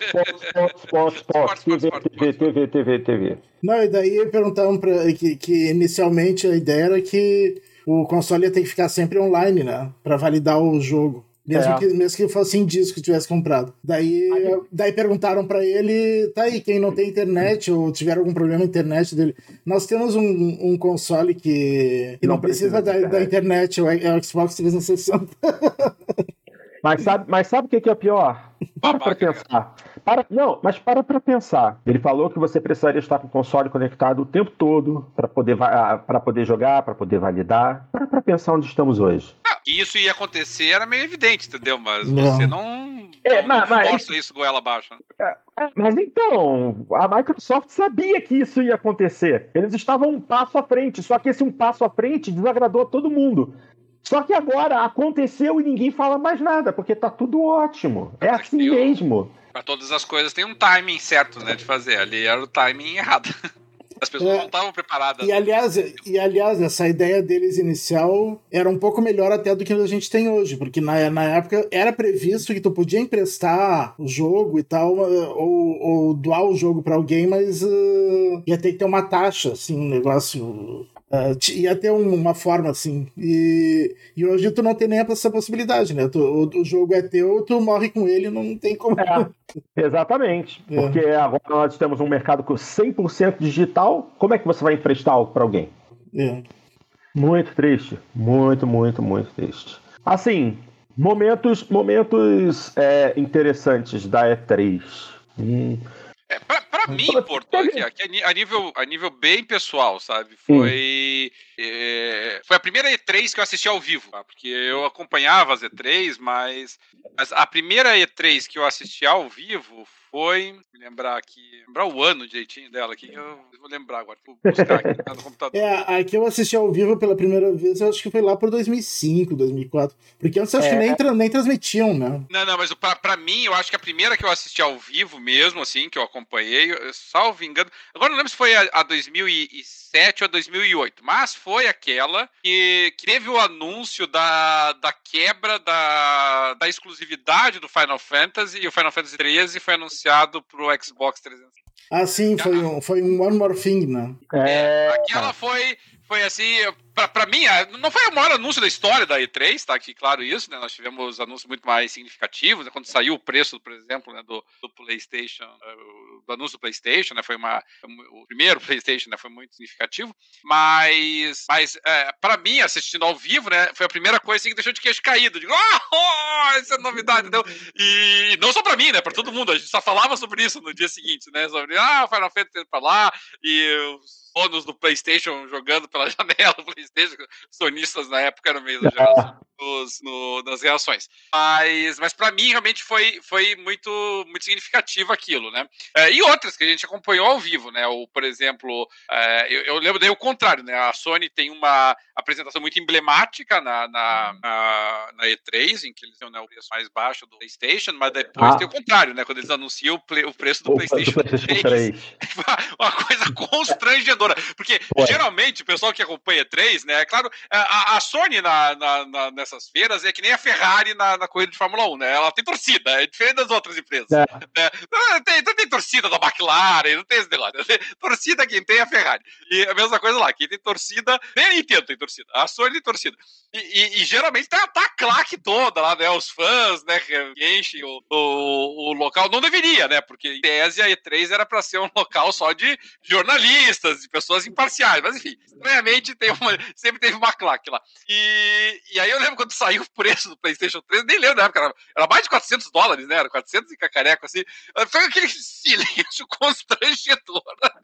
[SPEAKER 1] TV.
[SPEAKER 3] Não, e daí perguntavam que inicialmente a ideia era que o console ia ter que ficar sempre online, né? Pra validar o jogo. Mesmo que fosse em disco que tivesse comprado. Daí perguntaram pra ele, tá aí, quem não tem internet ou tiver algum problema na internet dele. Nós temos um console que não precisa da internet, é o Xbox 360.
[SPEAKER 1] Mas sabe o que é pior? Para pra pensar. Para pra pensar. Ele falou que você precisaria estar com o console conectado o tempo todo para poder jogar, para poder validar. Para pra pensar onde estamos hoje.
[SPEAKER 2] Que isso ia acontecer era meio evidente, entendeu? Mas você não força isso goela abaixo. Né?
[SPEAKER 1] Mas então, a Microsoft sabia que isso ia acontecer. Eles estavam um passo à frente, só que esse um passo à frente desagradou a todo mundo. Só que agora aconteceu e ninguém fala mais nada, porque tá tudo ótimo. É assim mesmo.
[SPEAKER 2] Para todas as coisas tem um timing certo, né, de fazer. Ali era o timing errado. As pessoas não estavam preparadas.
[SPEAKER 3] E aliás, essa ideia deles inicial era um pouco melhor até do que a gente tem hoje, porque na época era previsto que tu podia emprestar o jogo e tal, ou doar o jogo para alguém, mas ia ter que ter uma taxa, assim, um negócio... ia ter uma forma assim, e hoje tu não tem nem essa possibilidade, né? O jogo é teu, tu morre com ele, não tem como.
[SPEAKER 1] Exatamente, porque agora nós temos um mercado com 100% digital. Como é que você vai emprestar algo para alguém? Muito triste, muito triste. Assim, momentos interessantes da E3.
[SPEAKER 2] Pra mim, Porto, aqui, a nível bem pessoal, sabe? Foi a primeira E3 que eu assisti ao vivo, tá? Porque eu acompanhava as E3, mas a primeira E3 que eu assisti ao vivo foi... lembrar o ano direitinho dela aqui, que eu vou lembrar agora, vou buscar aqui no computador.
[SPEAKER 3] A que eu assisti ao vivo pela primeira vez, eu acho que foi lá por 2005, 2004, porque antes eu acho que nem transmitiam, né?
[SPEAKER 2] Não, mas pra mim, eu acho que a primeira que eu assisti ao vivo mesmo, assim, que eu acompanhei, salvo engano, agora não lembro se foi a 2007 ou a 2008, mas foi aquela que teve o anúncio da quebra da exclusividade do Final Fantasy, e o Final Fantasy 13 foi anunciado pro Xbox 360.
[SPEAKER 3] Ah, sim, foi um One More Thing, né?
[SPEAKER 2] Aquela foi assim, pra mim, não foi o maior anúncio da história da E3, tá aqui claro isso, né? Nós tivemos anúncios muito mais significativos, né? Quando saiu o preço, por exemplo, né, do PlayStation, do anúncio do PlayStation, né? O primeiro PlayStation, né? Foi muito significativo, mas pra mim, assistindo ao vivo, né? Foi a primeira coisa assim, que deixou de queixo caído. Digo, essa é novidade, entendeu? E não só pra mim, né? Pra todo mundo. A gente só falava sobre isso no dia seguinte, né? Sobre, o Final Fantasy pra lá, e os donos do PlayStation jogando pela janela do PlayStation, sonistas na época eram meio exagerados nas reações. Mas para mim realmente foi muito significativo aquilo, né? E outras que a gente acompanhou ao vivo, né? Por exemplo, eu lembro daí o contrário, né? A Sony tem uma apresentação muito emblemática na E3, em que eles têm, né, o preço mais baixo do PlayStation, mas depois tem o contrário, né? Quando eles anunciam o preço do PlayStation 3. Uma coisa constrangedora. Porque, geralmente, o pessoal que acompanha E3, né? É claro, a Sony nessas feiras é que nem a Ferrari na corrida de Fórmula 1, né? Ela tem torcida, é diferente das outras empresas. Né? Não tem torcida da McLaren, não tem esse negócio. Torcida quem tem é a Ferrari. E a mesma coisa lá, quem tem torcida, nem a Nintendo tem torcida, a Sony tem torcida. E geralmente tá a claque toda lá, né? Os fãs, né? Que enchem o local. Não deveria, né? Porque em tese a E3 era pra ser um local só de jornalistas, de pessoas imparciais. Mas enfim, estranhamente sempre teve uma claque lá. E aí eu lembro quando saiu o preço do PlayStation 3, nem lembro na época, era mais de $400, né? Era 400 e cacareco, assim. Foi aquele silêncio constrangedor.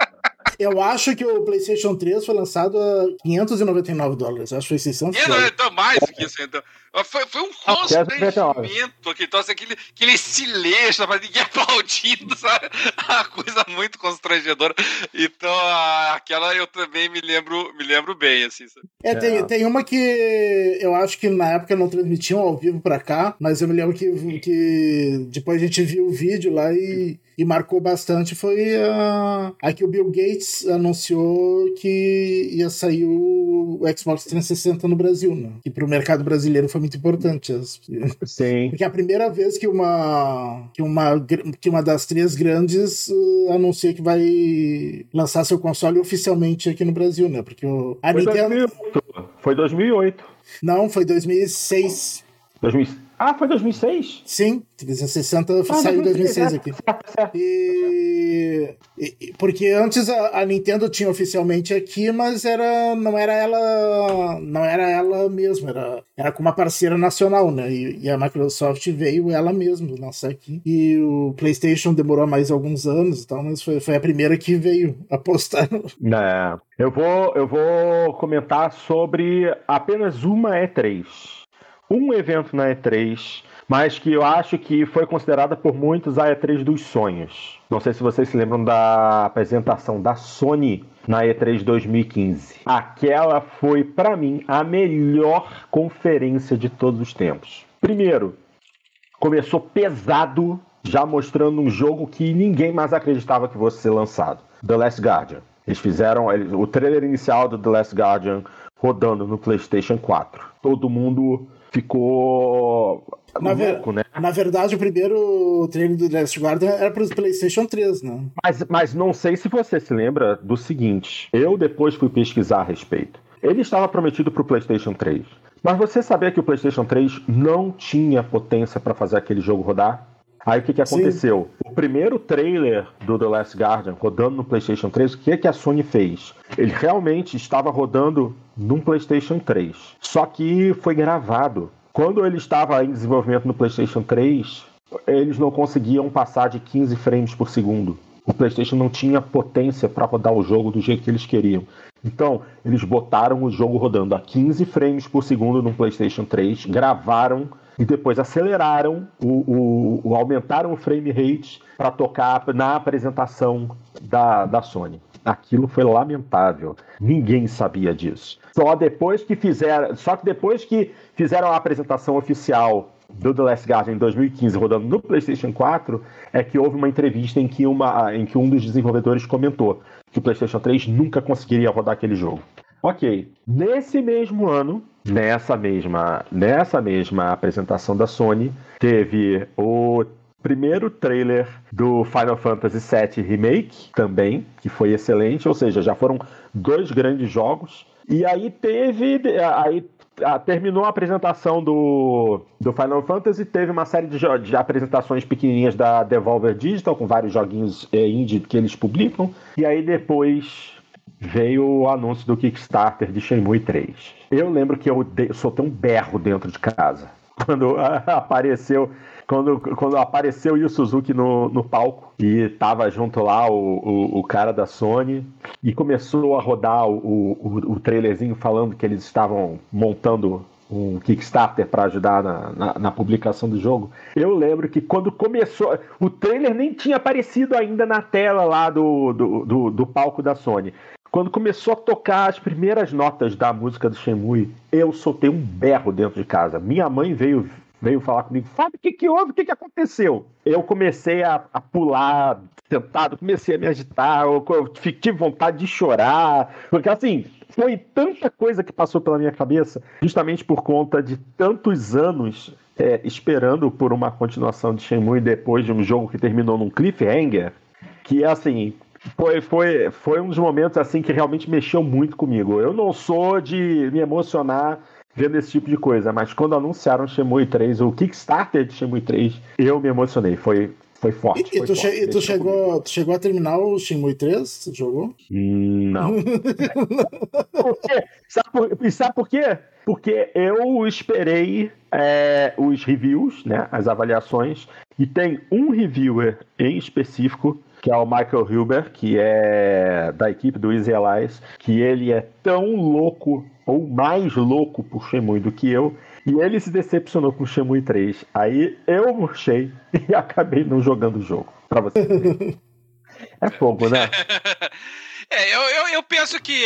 [SPEAKER 3] Eu acho que o PlayStation 3 foi lançado a $599. Acho que foi $600.
[SPEAKER 2] Então, mais do que isso, então. Foi um constrangimento aqui, então, assim, aquele silêncio, ninguém aplaudindo, sabe? Uma coisa muito constrangedora. Então, aquela eu também me lembro bem, assim. Sabe?
[SPEAKER 3] Tem uma que eu acho que na época não transmitiam ao vivo pra cá, mas eu me lembro que depois a gente viu o vídeo lá e marcou bastante. Foi a que o Bill Gates anunciou que ia sair o Xbox 360 no Brasil, né? Que pro mercado brasileiro foi muito importante.
[SPEAKER 1] Sim.
[SPEAKER 3] Porque é a primeira vez que uma das três grandes anuncia que vai lançar seu console oficialmente aqui no Brasil, né? Porque a Nintendo...
[SPEAKER 1] Foi 2008.
[SPEAKER 3] Não, foi 2006.
[SPEAKER 1] Foi 2006?
[SPEAKER 3] Sim, 360 saiu em 2006 aqui. Porque antes a Nintendo tinha oficialmente aqui, mas não era ela mesma, era com uma parceira nacional, né? E a Microsoft veio ela mesma lançar aqui. E o PlayStation demorou mais alguns anos e tal, mas foi a primeira que veio apostar.
[SPEAKER 1] Eu vou comentar sobre apenas uma E3. Um evento na E3, mas que eu acho que foi considerada por muitos a E3 dos sonhos. Não sei se vocês se lembram da apresentação da Sony na E3 2015. Aquela foi, para mim, a melhor conferência de todos os tempos. Primeiro, começou pesado, já mostrando um jogo que ninguém mais acreditava que fosse ser lançado. The Last Guardian. Eles fizeram o trailer inicial do The Last Guardian rodando no PlayStation 4. Todo mundo ficou louco, né?
[SPEAKER 3] Na verdade, o primeiro trailer do The Last Guardian era para o PlayStation 3, né?
[SPEAKER 1] Mas não sei se você se lembra do seguinte. Eu depois fui pesquisar a respeito. Ele estava prometido para o PlayStation 3. Mas você sabia que o PlayStation 3 não tinha potência para fazer aquele jogo rodar? Aí o que aconteceu? Sim. O primeiro trailer do The Last Guardian rodando no PlayStation 3, o que a Sony fez? Ele realmente estava rodando num PlayStation 3. Só que foi gravado. Quando ele estava em desenvolvimento no PlayStation 3, eles não conseguiam passar de 15 frames por segundo. O PlayStation não tinha potência para rodar o jogo do jeito que eles queriam. Então, eles botaram o jogo rodando a 15 frames por segundo no PlayStation 3, gravaram e depois aceleraram, aumentaram o frame rate para tocar na apresentação da Sony. Aquilo foi lamentável. Ninguém sabia disso. Só que depois que fizeram a apresentação oficial do The Last Guardian em 2015 rodando no PlayStation 4, é que houve uma entrevista em que um dos desenvolvedores comentou que o PlayStation 3 nunca conseguiria rodar aquele jogo. Ok, nesse mesmo ano, nessa mesma apresentação da Sony, teve o primeiro trailer do Final Fantasy VII Remake também, que foi excelente, ou seja, já foram 2 grandes jogos. E aí terminou a apresentação do Final Fantasy, teve uma série de apresentações pequenininhas da Devolver Digital, com vários joguinhos indie que eles publicam. E aí depois veio o anúncio do Kickstarter de Shenmue 3. Eu lembro que eu soltei um berro dentro de casa quando apareceu o Yu Suzuki no palco e tava junto lá o cara da Sony e começou a rodar o trailerzinho falando que eles estavam montando um Kickstarter para ajudar na publicação do jogo. Eu lembro que quando começou, o trailer nem tinha aparecido ainda na tela lá do palco da Sony. Quando começou a tocar as primeiras notas da música do Shenmue, eu soltei um berro dentro de casa. Minha mãe veio falar comigo, Fábio, o que houve? O que aconteceu? Eu comecei a pular, sentado, comecei a me agitar, eu tive vontade de chorar, porque assim, foi tanta coisa que passou pela minha cabeça, justamente por conta de tantos anos esperando por uma continuação de Shenmue depois de um jogo que terminou num cliffhanger, que assim... Foi um dos momentos assim que realmente mexeu muito comigo. Eu não sou de me emocionar vendo esse tipo de coisa, mas quando anunciaram Shenmue 3, o Kickstarter de Shenmue 3, eu me emocionei. Foi forte.
[SPEAKER 3] Tu chegou a terminar o Shenmue 3? Você jogou?
[SPEAKER 1] Não. Sabe por quê? Porque eu esperei os reviews, né, as avaliações, e tem um reviewer em específico, que é o Michael Huber, que é da equipe do Easy Allies, que ele é tão louco, ou mais louco por Shenmue do que eu, E ele se decepcionou com o Shenmue 3. Aí eu murchei e acabei não jogando o jogo. Pra você ver. É fogo, né?
[SPEAKER 2] Eu penso que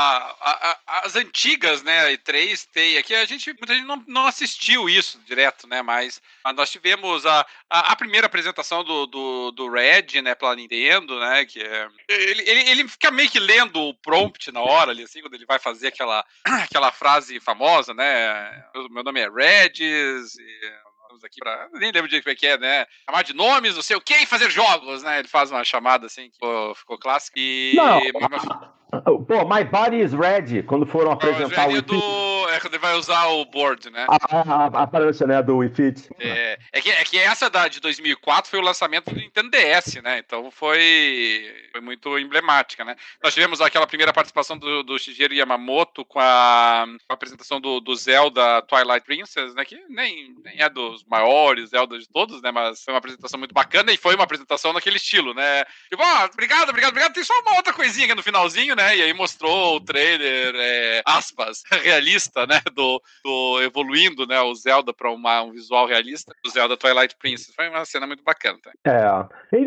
[SPEAKER 2] as antigas, né, E3 tem aqui, muita gente não assistiu isso direto, né, mas nós tivemos a primeira apresentação do Red, né, pela Nintendo, né, que é, ele fica meio que lendo o prompt na hora ali, assim, quando ele vai fazer aquela frase famosa, né, meu nome é Regis, aqui pra... nem lembro de como é que é, né? Chamar de nomes, não sei o que, e fazer jogos, né? Ele faz uma chamada assim que ficou clássica. E...
[SPEAKER 1] Não. Pô, My Body is Ready, quando foram apresentar o
[SPEAKER 2] quando ele vai usar o board, né?
[SPEAKER 1] A prancha, né, do Wii Fit.
[SPEAKER 2] É que essa de 2004 foi o lançamento do Nintendo DS, né? Então foi muito emblemática, né? Nós tivemos aquela primeira participação do Shigeru Yamamoto com a apresentação do Zelda Twilight Princess, né? Que nem é dos maiores Zelda de todos, né? Mas foi uma apresentação muito bacana e foi uma apresentação naquele estilo, né? Tipo, obrigado. Tem só uma outra coisinha aqui no finalzinho, né? E aí mostrou o trailer, aspas, realista, né? Do evoluindo, né? O Zelda para um visual realista. O Zelda Twilight Princess. Foi uma cena muito bacana, tá?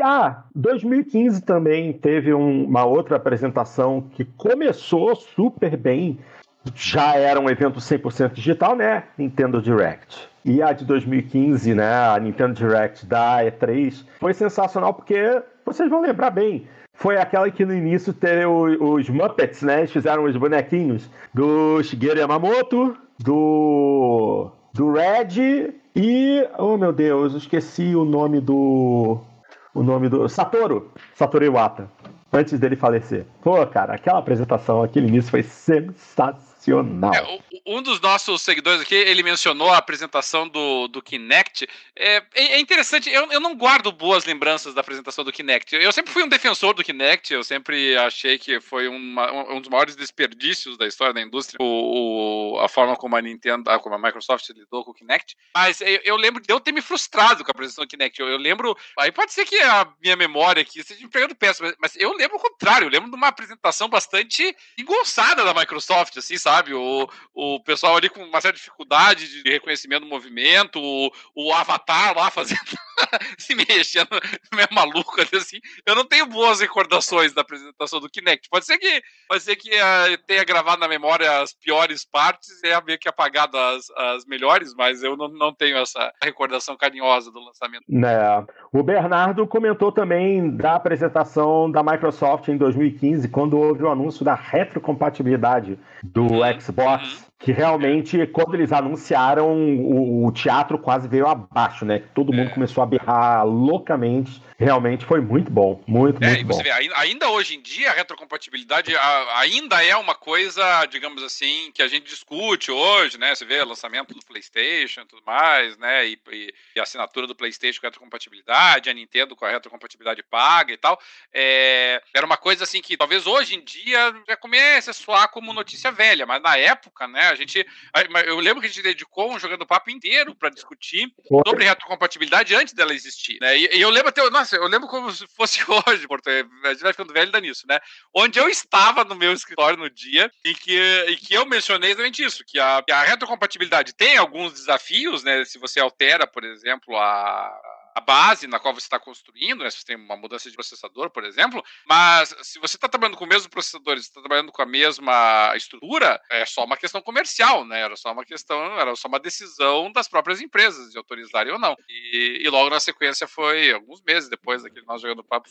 [SPEAKER 1] 2015 também teve uma outra apresentação que começou super bem. Já era um evento 100% digital, né? Nintendo Direct. E a de 2015, né? A Nintendo Direct da E3 foi sensacional porque, vocês vão lembrar bem, foi aquela que no início teve os Muppets, né? Eles fizeram os bonequinhos do Shigeru Yamamoto, do Red e... oh, meu Deus, eu esqueci o nome do Satoru Iwata, antes dele falecer. Pô, cara, aquela apresentação, aquele início foi sensacional.
[SPEAKER 2] Um dos nossos seguidores aqui, ele mencionou a apresentação do Kinect. É interessante, eu não guardo boas lembranças da apresentação do Kinect. Eu sempre fui um defensor do Kinect, eu sempre achei que foi um dos maiores desperdícios da história da indústria, a forma como a Nintendo, como a Microsoft lidou com o Kinect. Mas eu lembro de eu ter me frustrado com a apresentação do Kinect. Eu lembro, aí pode ser que a minha memória aqui esteja me pegando péssimo, mas eu lembro o contrário, eu lembro de uma apresentação bastante engonçada da Microsoft, assim, sabe? O pessoal ali com uma certa dificuldade de reconhecimento do movimento, o Avatar lá fazendo se mexendo, meio maluco, assim. Eu não tenho boas recordações da apresentação do Kinect. Pode ser que tenha gravado na memória as piores partes e meio que apagado as melhores, mas eu não tenho essa recordação carinhosa do lançamento.
[SPEAKER 1] O Bernardo comentou também da apresentação da Microsoft em 2015, quando houve o anúncio da retrocompatibilidade do Xbox, que realmente, quando eles anunciaram, o teatro quase veio abaixo, né? Todo mundo começou a berrar loucamente. Realmente foi muito bom, muito
[SPEAKER 2] e
[SPEAKER 1] bom.
[SPEAKER 2] Você vê, ainda hoje em dia, a retrocompatibilidade ainda é uma coisa, digamos assim, que a gente discute hoje, né? Você vê o lançamento do PlayStation e tudo mais, né? E a assinatura do PlayStation com a retrocompatibilidade, a Nintendo com a retrocompatibilidade paga e tal. Era uma coisa assim que talvez hoje em dia já comece a soar como notícia velha, mas na época, né? Eu lembro que a gente dedicou um Jogando Papo inteiro para discutir sobre retrocompatibilidade antes dela existir, né? E eu lembro eu lembro como se fosse hoje, porque a gente vai ficando velho ainda nisso, né? Onde eu estava no meu escritório no dia em que eu mencionei exatamente isso, que a retrocompatibilidade tem alguns desafios, né? Se você altera, por exemplo, a base na qual você está construindo, né? Se você tem uma mudança de processador, por exemplo, mas se você está trabalhando com o mesmo processador, se está trabalhando com a mesma estrutura, é só uma questão comercial, né? Era só uma decisão das próprias empresas de autorizarem ou não. E logo na sequência foi, alguns meses depois daquele nosso Jogando Papo,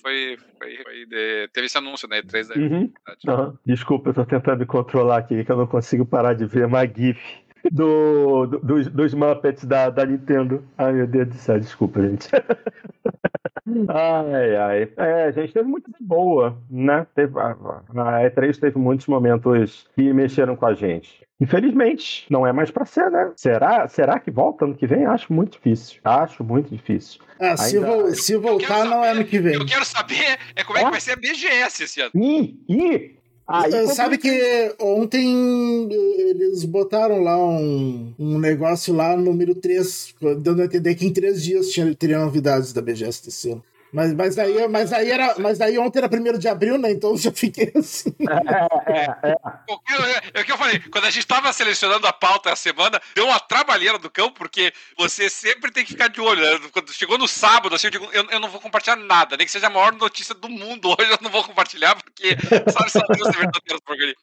[SPEAKER 2] teve esse anúncio, né? E3 da
[SPEAKER 1] Desculpa, eu tô tentando me controlar aqui, que eu não consigo parar de ver uma GIF dos Muppets da Nintendo. Ai, meu Deus do céu, desculpa, gente. Ai. A gente teve muita boa, né? A E3 teve muitos momentos que mexeram com a gente. Infelizmente, não é mais pra ser, né? Será que volta ano que vem? Acho muito difícil.
[SPEAKER 3] Se voltar, não é ano que vem.
[SPEAKER 2] Eu quero saber como é que vai ser a BGS esse ano.
[SPEAKER 3] Sabe que ontem eles botaram lá um negócio lá, número 3, dando a entender que em 3 dias teria novidades da BGS desse ano. Mas aí ontem era 1º de abril, né? Então eu já fiquei assim.
[SPEAKER 2] É o que eu falei. Quando a gente tava selecionando a pauta essa semana, deu uma trabalheira do cão, porque você sempre tem que ficar de olho. Quando chegou no sábado, assim, eu digo, eu não vou compartilhar nada. Nem que seja a maior notícia do mundo hoje, eu não vou compartilhar, porque sabe se Deus é verdadeiro porcaria.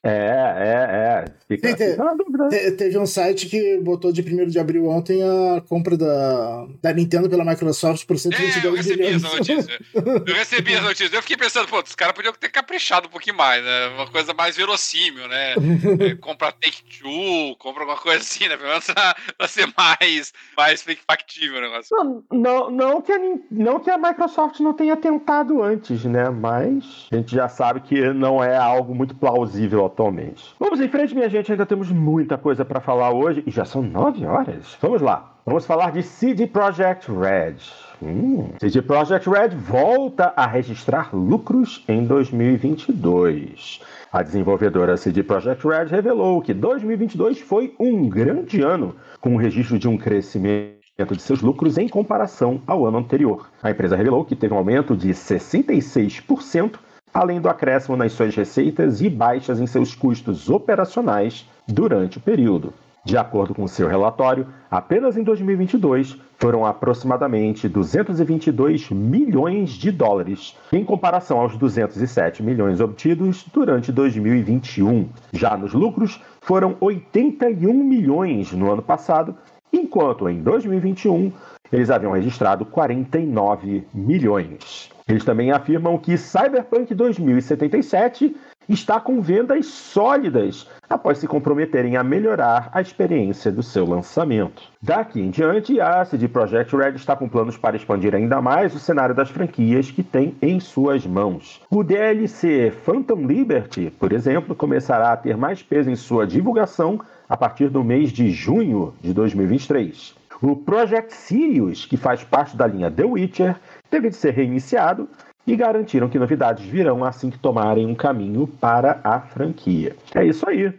[SPEAKER 3] Teve um site que botou de 1º de abril ontem a compra da Nintendo pela Microsoft por 122 bilhões.
[SPEAKER 2] Eu recebi essa notícia. Eu fiquei pensando, os caras podiam ter caprichado um pouquinho mais, né? Uma coisa mais verossímil, né? Compra Take-Two, compra alguma coisa assim, né? Pelo menos pra ser mais factível o negócio.
[SPEAKER 1] Não que a Microsoft não tenha tentado antes, né? Mas a gente já sabe que não é algo muito plausível atualmente. Vamos em frente, minha gente. Ainda temos muita coisa para falar hoje. E já são 9 horas. Vamos lá. Vamos falar de CD Projekt Red. CD Projekt Red volta a registrar lucros em 2022. A desenvolvedora CD Projekt Red revelou que 2022 foi um grande ano, com o registro de um crescimento de seus lucros em comparação ao ano anterior. A empresa revelou que teve um aumento de 66%, além do acréscimo nas suas receitas e baixas em seus custos operacionais durante o período. De acordo com seu relatório, apenas em 2022 foram aproximadamente 222 milhões de dólares, em comparação aos 207 milhões obtidos durante 2021. Já nos lucros, foram 81 milhões no ano passado, enquanto em 2021 eles haviam registrado 49 milhões. Eles também afirmam que Cyberpunk 2077 está com vendas sólidas após se comprometerem a melhorar a experiência do seu lançamento. Daqui em diante, a CD Projekt Red está com planos para expandir ainda mais o cenário das franquias que tem em suas mãos. O DLC Phantom Liberty, por exemplo, começará a ter mais peso em sua divulgação a partir do mês de junho de 2023. O Project Sirius, que faz parte da linha The Witcher, teve de ser reiniciado e garantiram que novidades virão assim que tomarem um caminho para a franquia. É isso aí.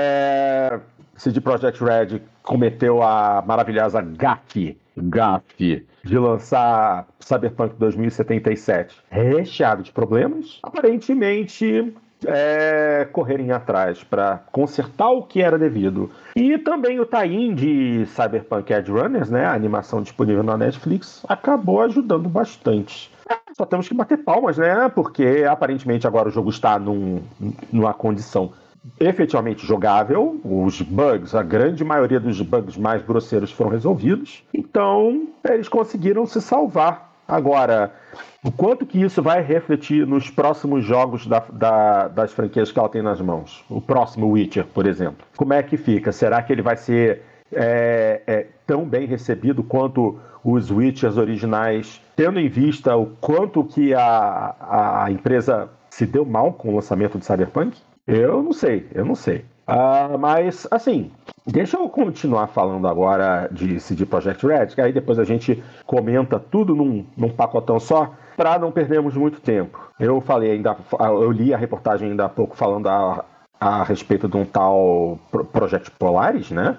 [SPEAKER 1] CD Projekt Red cometeu a maravilhosa gafe de lançar Cyberpunk 2077 recheado de problemas. Aparentemente, correrem atrás para consertar o que era devido. E também o tie-in de Cyberpunk Edge Runners, né, a animação disponível na Netflix, acabou ajudando bastante. Só temos que bater palmas, né? Porque aparentemente agora o jogo está numa condição efetivamente jogável. Os bugs, a grande maioria dos bugs mais grosseiros foram resolvidos. Então, eles conseguiram se salvar. Agora, o quanto que isso vai refletir nos próximos jogos das franquias que ela tem nas mãos? O próximo Witcher, por exemplo. Como é que fica? Será que ele vai ser tão bem recebido quanto os Witchers originais, tendo em vista o quanto que a empresa se deu mal com o lançamento de Cyberpunk? Eu não sei. Mas, assim, deixa eu continuar falando agora de CD Projekt Red, que aí depois a gente comenta tudo num pacotão só, para não perdermos muito tempo. Eu li a reportagem ainda há pouco falando a respeito de um tal Project Polaris, né?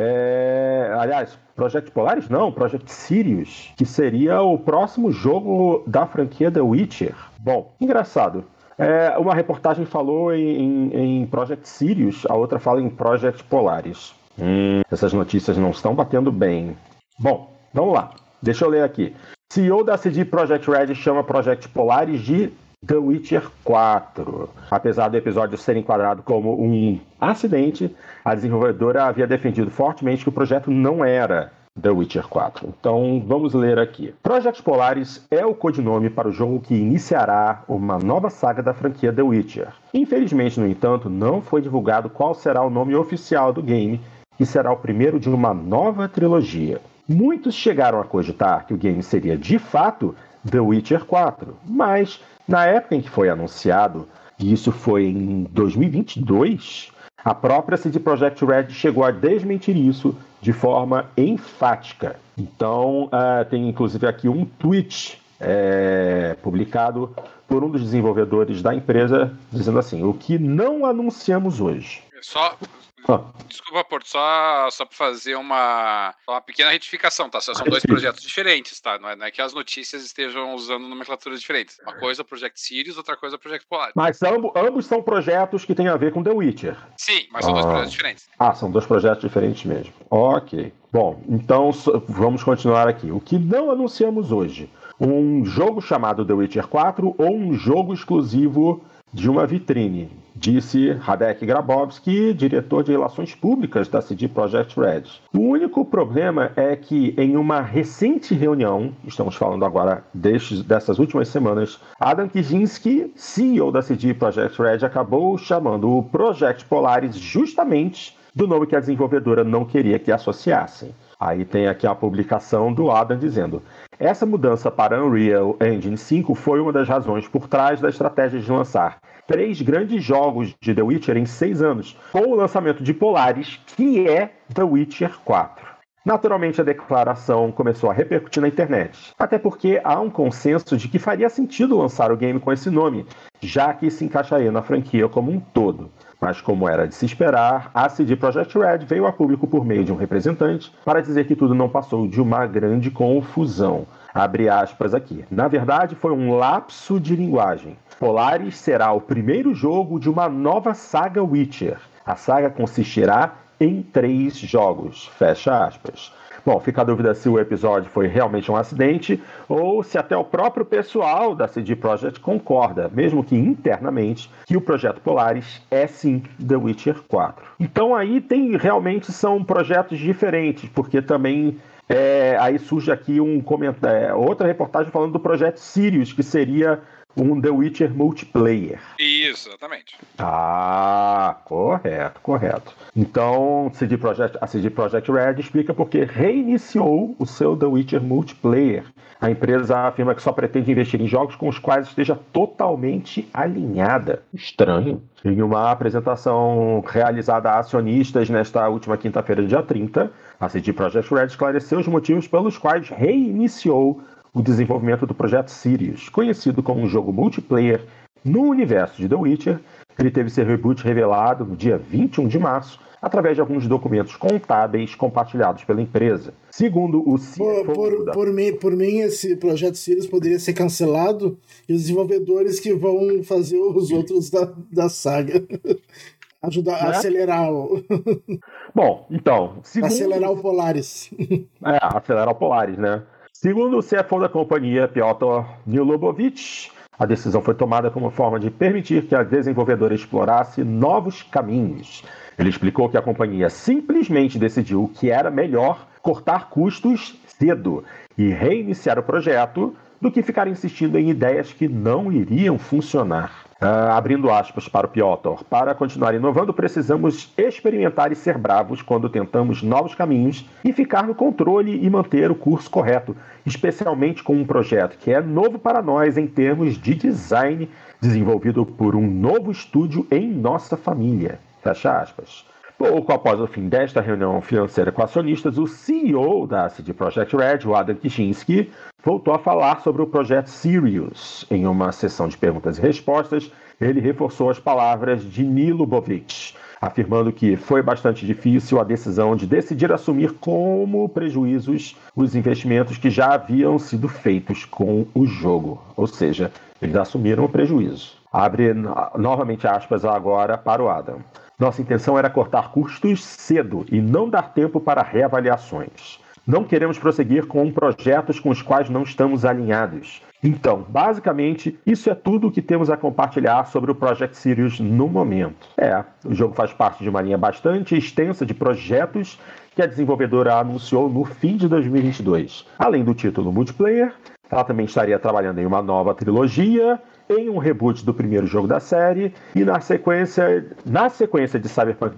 [SPEAKER 1] Aliás, Project Polaris não, Project Sirius, que seria o próximo jogo da franquia The Witcher. Bom, engraçado. Uma reportagem falou em Project Sirius, a outra fala em Project Polaris. Essas notícias não estão batendo bem. Bom, vamos lá. Deixa eu ler aqui. CEO da CD Projekt Red chama Project Polaris de The Witcher 4. Apesar do episódio ser enquadrado como um acidente, a desenvolvedora havia defendido fortemente que o projeto não era The Witcher 4. Então, vamos ler aqui. Project Polaris é o codinome para o jogo que iniciará uma nova saga da franquia The Witcher. Infelizmente, no entanto, não foi divulgado qual será o nome oficial do game, que será o primeiro de uma nova trilogia. Muitos chegaram a cogitar que o game seria, de fato, The Witcher 4, mas, na época em que foi anunciado, e isso foi em 2022, a própria CD Projekt Red chegou a desmentir isso de forma enfática. Então, tem inclusive aqui um tweet publicado por um dos desenvolvedores da empresa, dizendo assim: o que não anunciamos hoje.
[SPEAKER 2] Desculpa, Porto, só para fazer uma pequena retificação, tá? São dois projetos diferentes, tá? Não é que as notícias estejam usando nomenclaturas diferentes. Uma coisa é o Project Sirius, outra coisa é o Project Polaris.
[SPEAKER 1] Mas ambos são projetos que têm a ver com The Witcher.
[SPEAKER 2] Sim, mas são dois projetos diferentes.
[SPEAKER 1] São dois projetos diferentes mesmo. Ok. Bom, então vamos continuar aqui. O que não anunciamos hoje? Um jogo chamado The Witcher 4 ou um jogo exclusivo de uma vitrine, disse Radek Grabowski, diretor de relações públicas da CD Projekt Red. O único problema é que em uma recente reunião, estamos falando agora dessas últimas semanas, Adam Kijinski, CEO da CD Projekt Red, acabou chamando o Project Polaris justamente do nome que a desenvolvedora não queria que associassem. Aí tem aqui a publicação do Adam dizendo: essa mudança para Unreal Engine 5 foi uma das razões por trás da estratégia de lançar 3 grandes jogos de The Witcher em 6 anos, com o lançamento de Polaris, que é The Witcher 4. Naturalmente, a declaração começou a repercutir na internet, até porque há um consenso de que faria sentido lançar o game com esse nome, já que se encaixaria na franquia como um todo. Mas, como era de se esperar, a CD Projekt Red veio a público por meio de um representante para dizer que tudo não passou de uma grande confusão. Abre aspas aqui. Na verdade, foi um lapso de linguagem. Polaris será o primeiro jogo de uma nova saga Witcher. A saga consistirá em 3 jogos. Fecha aspas. Bom, fica a dúvida se o episódio foi realmente um acidente ou se até o próprio pessoal da CD Projekt concorda, mesmo que internamente, que o projeto Polaris é sim The Witcher 4. Então aí realmente são projetos diferentes, porque também aí surge aqui um comentário, outra reportagem falando do projeto Sirius, que seria um The Witcher multiplayer.
[SPEAKER 2] Isso, exatamente.
[SPEAKER 1] Correto. Então, a CD Projekt Red explica porque reiniciou o seu The Witcher multiplayer. A empresa afirma que só pretende investir em jogos com os quais esteja totalmente alinhada. Estranho. Em uma apresentação realizada a acionistas nesta última quinta-feira, dia 30, a CD Projekt Red esclareceu os motivos pelos quais reiniciou o desenvolvimento do projeto Sirius, conhecido como um jogo multiplayer no universo de The Witcher. Ele teve seu reboot revelado no dia 21 de março, através de alguns documentos contábeis compartilhados pela empresa. Segundo o CFO...
[SPEAKER 3] Por mim, esse projeto Sirius poderia ser cancelado e os desenvolvedores que vão fazer os outros da saga ajudar a acelerar o...
[SPEAKER 1] Bom, então...
[SPEAKER 3] Acelerar o Polaris.
[SPEAKER 1] Acelerar o Polaris, né? Segundo o CFO da companhia, Piotr Nilobovich, a decisão foi tomada como forma de permitir que a desenvolvedora explorasse novos caminhos. Ele explicou que a companhia simplesmente decidiu que era melhor cortar custos cedo e reiniciar o projeto do que ficar insistindo em ideias que não iriam funcionar. Abrindo aspas para o Piotr, para continuar inovando, precisamos experimentar e ser bravos quando tentamos novos caminhos e ficar no controle e manter o curso correto, especialmente com um projeto que é novo para nós em termos de design, desenvolvido por um novo estúdio em nossa família. Fecha aspas. Pouco após o fim desta reunião financeira com acionistas, o CEO da CD Projekt Red, o Adam Kijinski, voltou a falar sobre o projeto Sirius. Em uma sessão de perguntas e respostas, ele reforçou as palavras de Nilobovich, afirmando que foi bastante difícil a decisão de decidir assumir como prejuízos os investimentos que já haviam sido feitos com o jogo. Ou seja, eles assumiram o prejuízo. Abre novamente aspas agora para o Adam. Nossa intenção era cortar custos cedo e não dar tempo para reavaliações. Não queremos prosseguir com projetos com os quais não estamos alinhados. Então, basicamente, isso é tudo o que temos a compartilhar sobre o Project Sirius no momento. O jogo faz parte de uma linha bastante extensa de projetos que a desenvolvedora anunciou no fim de 2022. Além do título multiplayer, ela também estaria trabalhando em uma nova trilogia, em um reboot do primeiro jogo da série e na sequência de Cyberpunk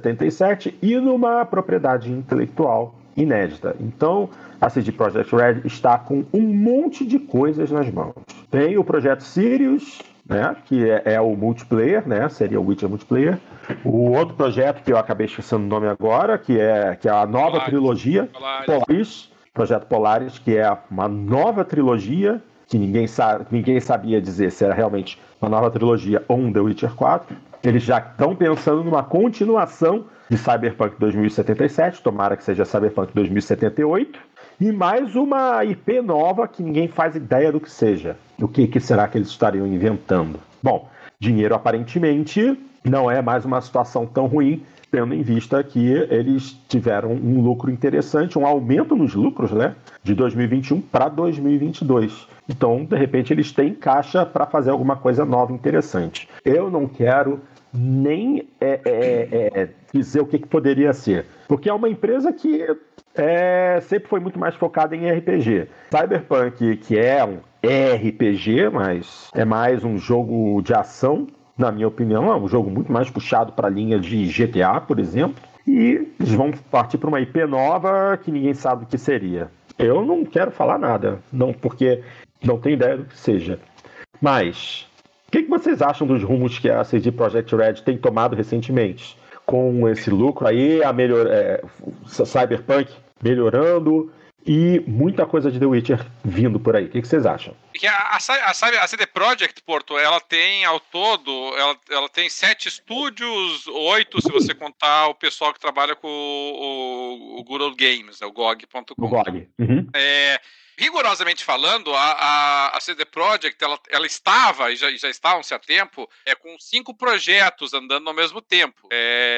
[SPEAKER 1] 2077 e numa propriedade intelectual inédita. Então, a CD Projekt Red está com um monte de coisas nas mãos. Tem o projeto Sirius, né, que é o multiplayer, né, seria o Witcher multiplayer. O outro projeto que eu acabei esquecendo o nome agora, que é a nova trilogia Polaris. Projeto Polaris, que é uma nova trilogia que ninguém sabia dizer se era realmente uma nova trilogia ou um The Witcher 4. Eles já estão pensando numa continuação de Cyberpunk 2077, tomara que seja Cyberpunk 2078, e mais uma IP nova que ninguém faz ideia do que seja. O que será que eles estariam inventando? Bom, dinheiro aparentemente não é mais uma situação tão ruim, tendo em vista que eles tiveram um lucro interessante, um aumento nos lucros, né, de 2021 para 2022. Então, de repente, eles têm caixa para fazer alguma coisa nova interessante. Eu não quero nem dizer o que poderia ser, porque é uma empresa que sempre foi muito mais focada em RPG. Cyberpunk, que é um RPG, mas é mais um jogo de ação, na minha opinião, é um jogo muito mais puxado para a linha de GTA, por exemplo, e eles vão partir para uma IP nova que ninguém sabe o que seria. Eu não quero falar nada, não, porque não tenho ideia do que seja. Mas o que vocês acham dos rumos que a CD Projekt Red tem tomado recentemente? Com esse lucro aí, Cyberpunk melhorando e muita coisa de The Witcher vindo por aí. O que vocês acham?
[SPEAKER 2] A CD Projekt, Porto, ela tem ao todo, ela tem 7 estúdios, 8 se você contar o pessoal que trabalha com o Good Old Games, o GOG.com.
[SPEAKER 1] O GOG. Uhum.
[SPEAKER 2] Rigorosamente falando, a CD Projekt ela estava, e já está há um certo tempo, com 5 projetos andando ao mesmo tempo.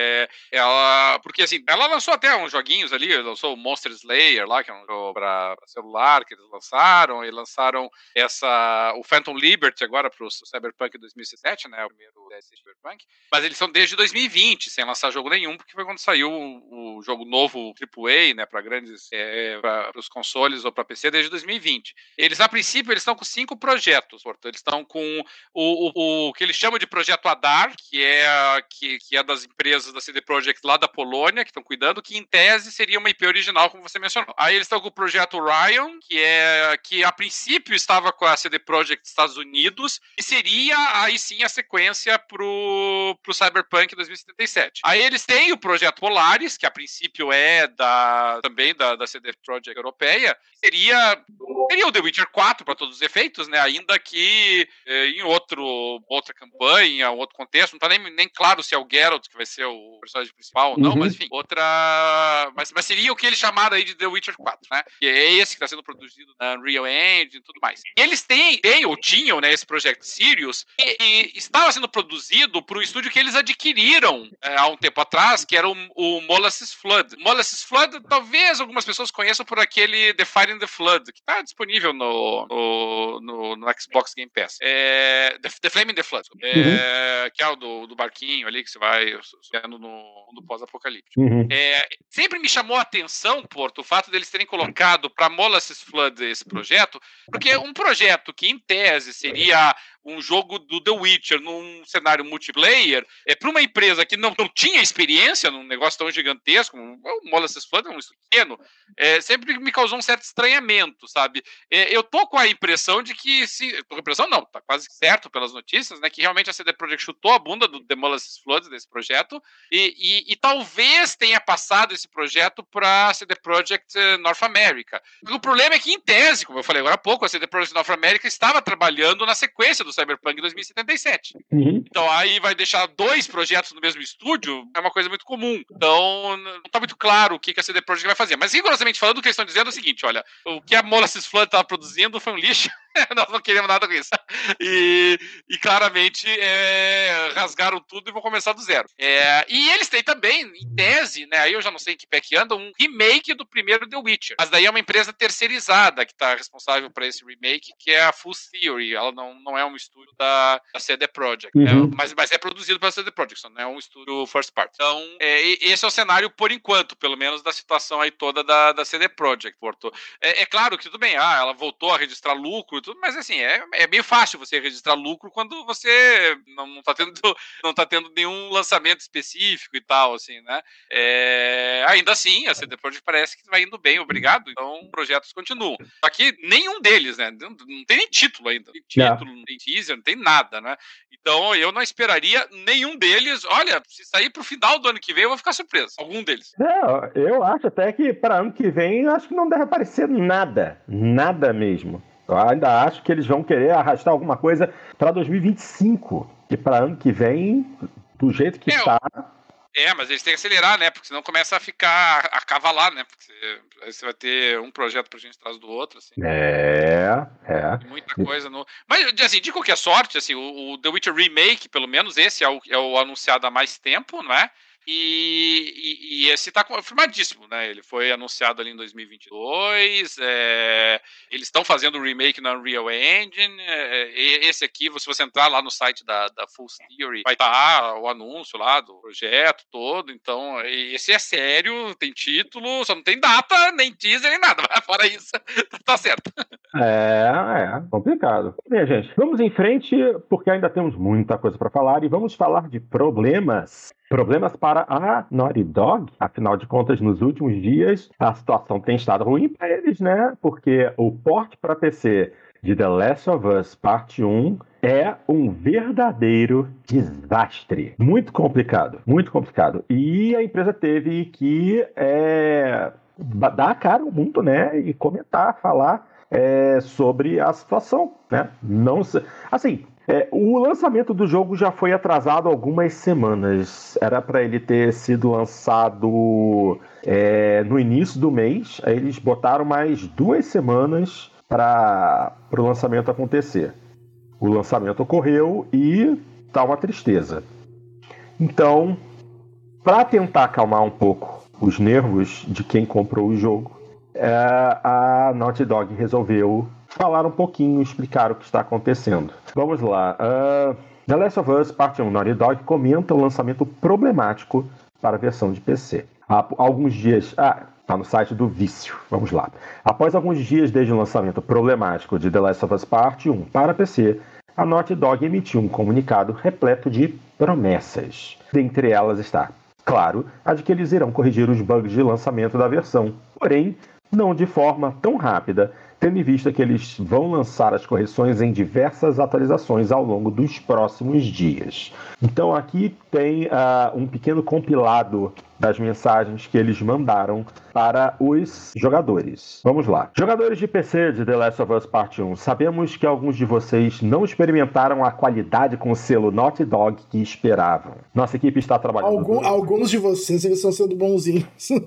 [SPEAKER 2] Porque assim, ela lançou até uns joguinhos ali, lançou o Monster Slayer lá, que é um jogo para celular que eles lançaram, e lançaram o Phantom Liberty agora para o Cyberpunk 2017, né, o primeiro Cyberpunk, mas eles são desde 2020, sem lançar jogo nenhum, porque foi quando saiu o jogo novo AAA, né, para grandes, para os consoles ou para PC, desde 2020. Eles, a princípio, eles estão com 5 projetos, Porto. Eles estão com o que eles chamam de Projeto Adar, que é das empresas da CD Projekt lá da Polônia, que estão cuidando, que em tese seria uma IP original, como você mencionou. Aí eles estão com o Projeto Orion, que a princípio estava com a CD Projekt Estados Unidos, e seria aí sim a sequência pro Cyberpunk 2077. Aí eles têm o Projeto Polaris, que a princípio é também da CD Projekt europeia, seria o The Witcher 4 para todos os efeitos, né? Ainda que em outra campanha, outro contexto, não tá nem claro se é o Geralt que vai ser o personagem principal ou não, mas enfim, mas seria o que eles chamaram aí de The Witcher 4, né? Que é esse que está sendo produzido na Unreal Engine e tudo mais. E eles tinham, né, esse projeto Sirius, e estava sendo produzido por um estúdio que eles adquiriram há um tempo atrás, que era o Molasses Flood. Molasses Flood, talvez algumas pessoas conheçam por aquele Defining the Flood, que está disponível no Xbox Game Pass. The Flaming the Flood, que é o do barquinho ali, que você vai no mundo pós-apocalíptico. Sempre me chamou a atenção, Porto, o fato deles terem colocado para Molasses Flood esse projeto, porque um projeto que, em tese, seria um jogo do The Witcher num cenário multiplayer, para uma empresa que não tinha experiência num negócio tão gigantesco, o Molasses Flood é um estúdio pequeno, sempre me causou um certo estranhamento, sabe? Eu tô com a impressão de que, tô com a impressão não, tá quase certo pelas notícias, né, que realmente a CD Projekt chutou a bunda do The Molasses Flood desse projeto, e talvez tenha passado esse projeto para a CD Projekt North America. O problema é que, em tese, como eu falei agora há pouco, a CD Projekt North America estava trabalhando na sequência do Cyberpunk 2077. Então aí vai deixar 2 projetos no mesmo estúdio, é uma coisa muito comum. Então não tá muito claro o que a CD Projekt vai fazer. Mas rigorosamente falando, o que eles estão dizendo é o seguinte, olha, o que a Molasses Flood estava produzindo foi um lixo, nós não queremos nada com isso. E claramente rasgaram tudo e vão começar do zero. E eles têm também, em tese, né, aí eu já não sei em que pé que anda, um remake do primeiro The Witcher. Mas daí é uma empresa terceirizada que está responsável por esse remake, que é a Full Theory. Ela não é um estúdio da CD Projekt, mas é produzido pela CD Projekt, não é um estúdio first party. Então, esse é o cenário por enquanto, pelo menos da situação aí toda da CD Projekt, Porto. É claro que tudo bem, ela voltou a registrar lucro e tudo, mas assim, é meio fácil você registrar lucro quando você não tá tendo nenhum lançamento específico e tal, assim, né? Ainda assim, a CD Projekt parece que vai indo bem, obrigado, então projetos continuam. Só que nenhum deles, né? Não tem nem título ainda. Não tem título, não tem teaser, não tem nada, né? Então eu não esperaria nenhum deles. Olha, se sair pro final do ano que vem, eu vou ficar surpreso. Algum deles.
[SPEAKER 1] Eu acho até que para ano que vem, acho que não deve aparecer nada. Nada mesmo. Eu ainda acho que eles vão querer arrastar alguma coisa para 2025. E para ano que vem, do jeito que está...
[SPEAKER 2] mas eles têm que acelerar, né? Porque senão começa a ficar a cavalar, né? Porque você vai ter um projeto pra gente atrás do outro, assim.
[SPEAKER 1] Muita
[SPEAKER 2] coisa no... Mas, assim, de qualquer sorte, assim, o The Witcher Remake, pelo menos esse é o anunciado há mais tempo, não é? E esse tá confirmadíssimo, né? Ele foi anunciado ali em 2022. Eles estão fazendo o remake na Unreal Engine. Esse aqui, se você entrar lá no site da Full Theory, vai estar o anúncio lá do projeto todo. Então, esse é sério, tem título, só não tem data, nem teaser, nem nada. Mas fora isso, tá certo.
[SPEAKER 1] Complicado. Bem, gente, vamos em frente, porque ainda temos muita coisa para falar e vamos falar de problemas. Problemas para a Naughty Dog. Afinal de contas, nos últimos dias, a situação tem estado ruim para eles, né? Porque o port para PC de The Last of Us Parte 1 é um verdadeiro desastre. Muito complicado, muito complicado. E a empresa teve que dar a cara ao mundo, né? E comentar, falar sobre a situação, né? Não se... Assim... o lançamento do jogo já foi atrasado algumas semanas. Era para ele ter sido lançado no início do mês. Aí eles botaram mais 2 semanas para o lançamento acontecer. O lançamento ocorreu e tá uma tristeza. Então, para tentar acalmar um pouco os nervos de quem comprou o jogo, a Naughty Dog resolveu falar um pouquinho, explicar o que está acontecendo. Vamos lá. The Last of Us Parte 1, Naughty Dog comenta o lançamento problemático para a versão de PC. Há alguns dias... está no site do Vício. Vamos lá. Após alguns dias desde o lançamento problemático de The Last of Us Parte 1 para PC, a Naughty Dog emitiu um comunicado repleto de promessas. Dentre elas está, claro, a de que eles irão corrigir os bugs de lançamento da versão, porém, não de forma tão rápida, tendo em vista que eles vão lançar as correções em diversas atualizações ao longo dos próximos dias. Então aqui tem um pequeno compilado das mensagens que eles mandaram para os jogadores. Vamos lá. Jogadores de PC de The Last of Us Part 1, sabemos que alguns de vocês não experimentaram a qualidade com o selo Naughty Dog que esperavam. Nossa equipe está trabalhando...
[SPEAKER 3] Alguns de vocês, eles estão sendo bonzinhos.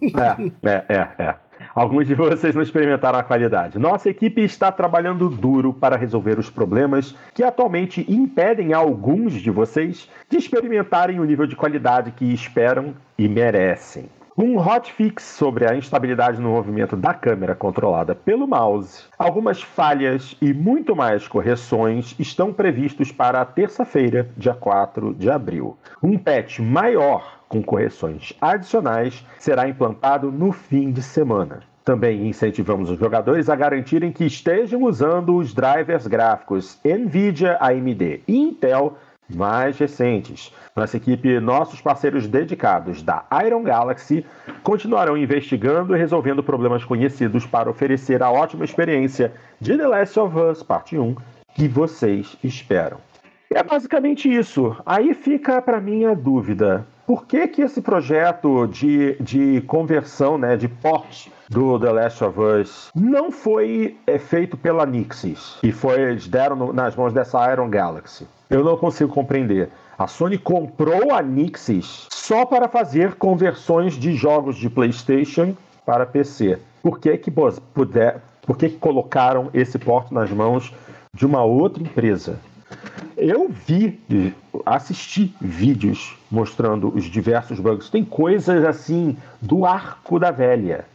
[SPEAKER 1] Alguns de vocês não experimentaram a qualidade. Nossa equipe está trabalhando duro para resolver os problemas que atualmente impedem a alguns de vocês de experimentarem o nível de qualidade que esperam e merecem. Um hotfix sobre a instabilidade no movimento da câmera controlada pelo mouse, algumas falhas e muito mais correções estão previstos para a terça-feira, dia 4 de abril. Um patch maior com correções adicionais será implantado no fim de semana. Também incentivamos os jogadores a garantirem que estejam usando os drivers gráficos NVIDIA, AMD e Intel mais recentes. Nossa equipe e nossos parceiros dedicados da Iron Galaxy continuarão investigando e resolvendo problemas conhecidos para oferecer a ótima experiência de The Last of Us Parte 1 que vocês esperam. É basicamente isso. Aí fica para mim a dúvida. Por que esse projeto de conversão, né, de port do The Last of Us não foi feito pela Nixxes e eles deram nas mãos dessa Iron Galaxy? Eu não consigo compreender. A Sony comprou a Nixxes só para fazer conversões de jogos de PlayStation para PC. Por que colocaram esse port nas mãos de uma outra empresa? Eu assisti vídeos mostrando os diversos bugs. Tem coisas assim do arco da velha.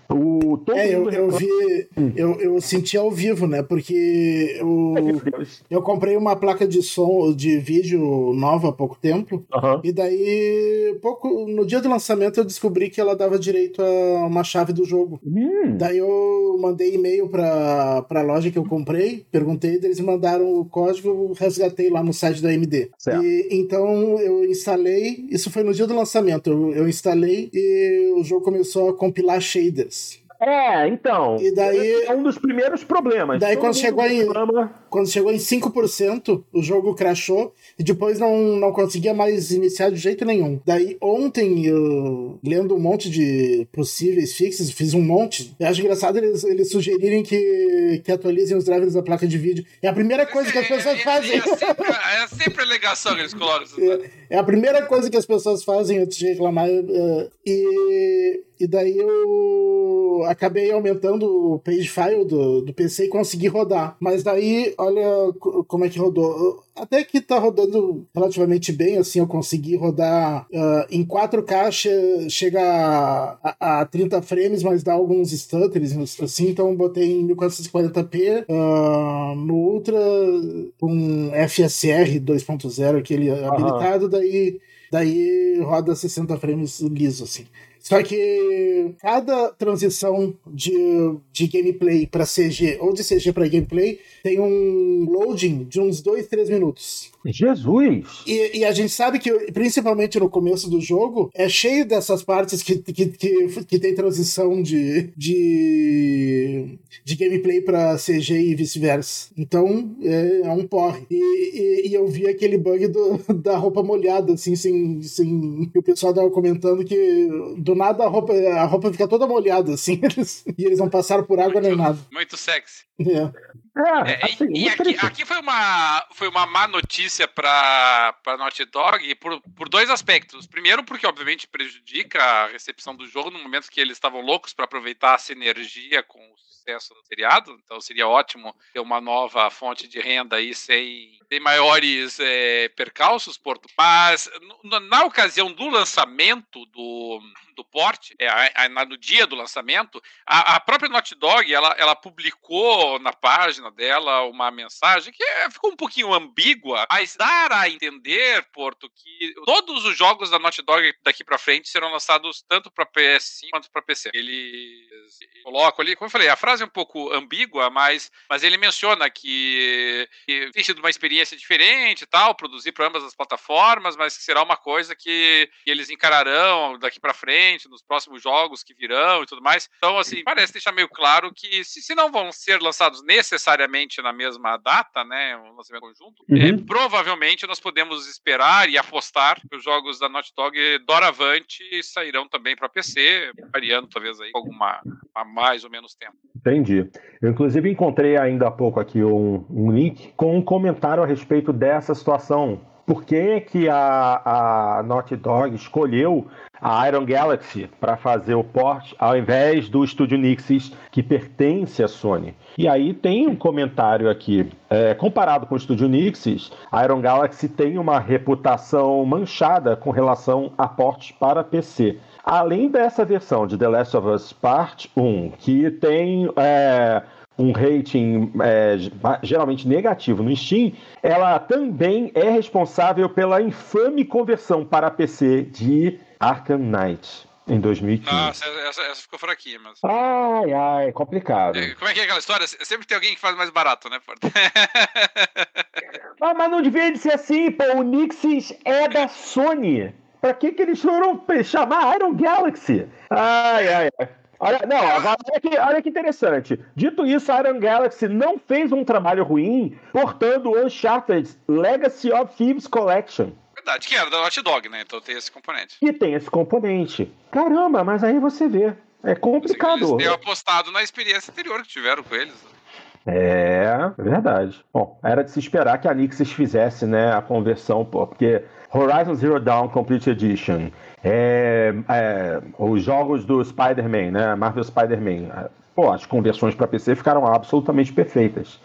[SPEAKER 3] Eu senti ao vivo, né? Porque eu comprei uma placa de som de vídeo nova há pouco tempo. E daí, no dia do lançamento, eu descobri que ela dava direito a uma chave do jogo. Daí eu mandei e-mail pra loja que eu comprei, perguntei, eles mandaram o código, eu resgatei lá no site da AMD. Então eu instalei, isso foi no dia do lançamento, eu instalei e o jogo começou a compilar shaders.
[SPEAKER 1] Então.
[SPEAKER 3] E daí,
[SPEAKER 1] é um dos primeiros problemas.
[SPEAKER 3] Daí quando chegou aí. quando chegou em 5%, o jogo crashou e depois não conseguia mais iniciar de jeito nenhum. Daí ontem, eu, lendo um monte de possíveis fixes, fiz um monte. Eu acho engraçado eles sugerirem que atualizem os drivers da placa de vídeo. É a primeira coisa que as pessoas fazem.
[SPEAKER 2] É sempre a alegação que eles colocam.
[SPEAKER 3] É a primeira coisa que as pessoas fazem antes de reclamar. E daí eu acabei aumentando o page file do PC e consegui rodar. Mas daí, olha como é que rodou. Até que tá rodando relativamente bem, assim, eu consegui rodar em 4K, chega a 30 frames, mas dá alguns stutters, assim, então botei em 1440p, no Ultra, com FSR 2.0, aquele habilitado, daí roda 60 frames liso, assim. Só que cada transição de gameplay para CG ou de CG para gameplay tem um loading de uns 2-3 minutos.
[SPEAKER 1] Jesus!
[SPEAKER 3] E a gente sabe que, principalmente no começo do jogo, é cheio dessas partes que tem transição de gameplay pra CG e vice-versa. Então, é um porre. E eu vi aquele bug da roupa molhada, assim, sem o pessoal tava comentando que do nada a roupa fica toda molhada, assim, e eles não passaram por água nem nada.
[SPEAKER 2] Muito sexy.
[SPEAKER 1] Assim,
[SPEAKER 2] e aqui foi uma má notícia para Naughty Dog por dois aspectos. Primeiro, porque obviamente prejudica a recepção do jogo no momento que eles estavam loucos para aproveitar a sinergia com o sucesso do seriado. Então seria ótimo ter uma nova fonte de renda aí sem maiores percalços, Porto. Mas na ocasião do lançamento do port, no dia do lançamento, a própria Naughty Dog ela publicou na página dela uma mensagem que ficou um pouquinho ambígua, mas dar a entender, Porto, que todos os jogos da Naughty Dog daqui pra frente serão lançados tanto pra PS5 quanto pra PC. Eles colocam ali, como eu falei, a frase é um pouco ambígua, mas ele menciona que tem sido uma experiência diferente e tal, produzir para ambas as plataformas, mas que será uma coisa que eles encararão daqui pra frente, nos próximos jogos que virão e tudo mais. Então, assim, parece deixar meio claro que se não vão ser lançados necessariamente na mesma data, né, um lançamento conjunto, provavelmente nós podemos esperar e apostar que os jogos da Naughty Dog doravante sairão também para PC, variando talvez aí alguma a mais ou menos tempo.
[SPEAKER 1] Entendi. Eu inclusive encontrei ainda há pouco aqui um link com um comentário a respeito dessa situação. Por que a Naughty Dog escolheu a Iron Galaxy para fazer o port ao invés do Studio Nixis, que pertence à Sony? E aí tem um comentário aqui. Comparado com o Studio Nixis, a Iron Galaxy tem uma reputação manchada com relação a ports para PC. Além dessa versão de The Last of Us Part 1, que tem um rating geralmente negativo no Steam, ela também é responsável pela infame conversão para PC de Arkham Knight em 2015.
[SPEAKER 2] Nossa, essa ficou fraquinha, mas...
[SPEAKER 1] Ai, complicado.
[SPEAKER 2] Como é que é aquela história? Sempre tem alguém que faz mais barato, né, Porto?
[SPEAKER 1] Mas não devia de ser assim, pô. O Nixis é da Sony. Pra que eles foram chamar Iron Galaxy? Ai. Olha que interessante. Dito isso, a Iron Galaxy não fez um trabalho ruim portando o Uncharted Legacy of Thieves Collection.
[SPEAKER 2] Verdade, que era da Naughty Dog, né? Então tem esse componente.
[SPEAKER 1] E tem esse componente. Caramba, mas aí você vê. É complicado.
[SPEAKER 2] Eles têm apostado na experiência anterior que tiveram com eles.
[SPEAKER 1] É verdade. Bom, era de se esperar que a Nixis fizesse, né, a conversão, porque Horizon Zero Dawn Complete Edition, os jogos do Spider-Man, né, Marvel Spider-Man, as conversões para PC ficaram absolutamente perfeitas.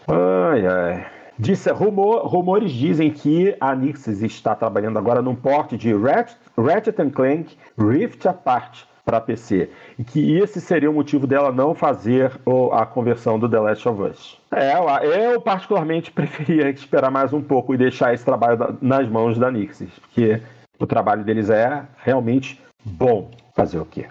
[SPEAKER 1] Rumores dizem que a Nixis está trabalhando agora num port de Ratchet & Clank Rift Apart para PC, e que esse seria o motivo dela não fazer a conversão do The Last of Us. Eu particularmente preferia esperar mais um pouco e deixar esse trabalho nas mãos da Nixis, porque o trabalho deles é realmente bom. Fazer o quê? Bom,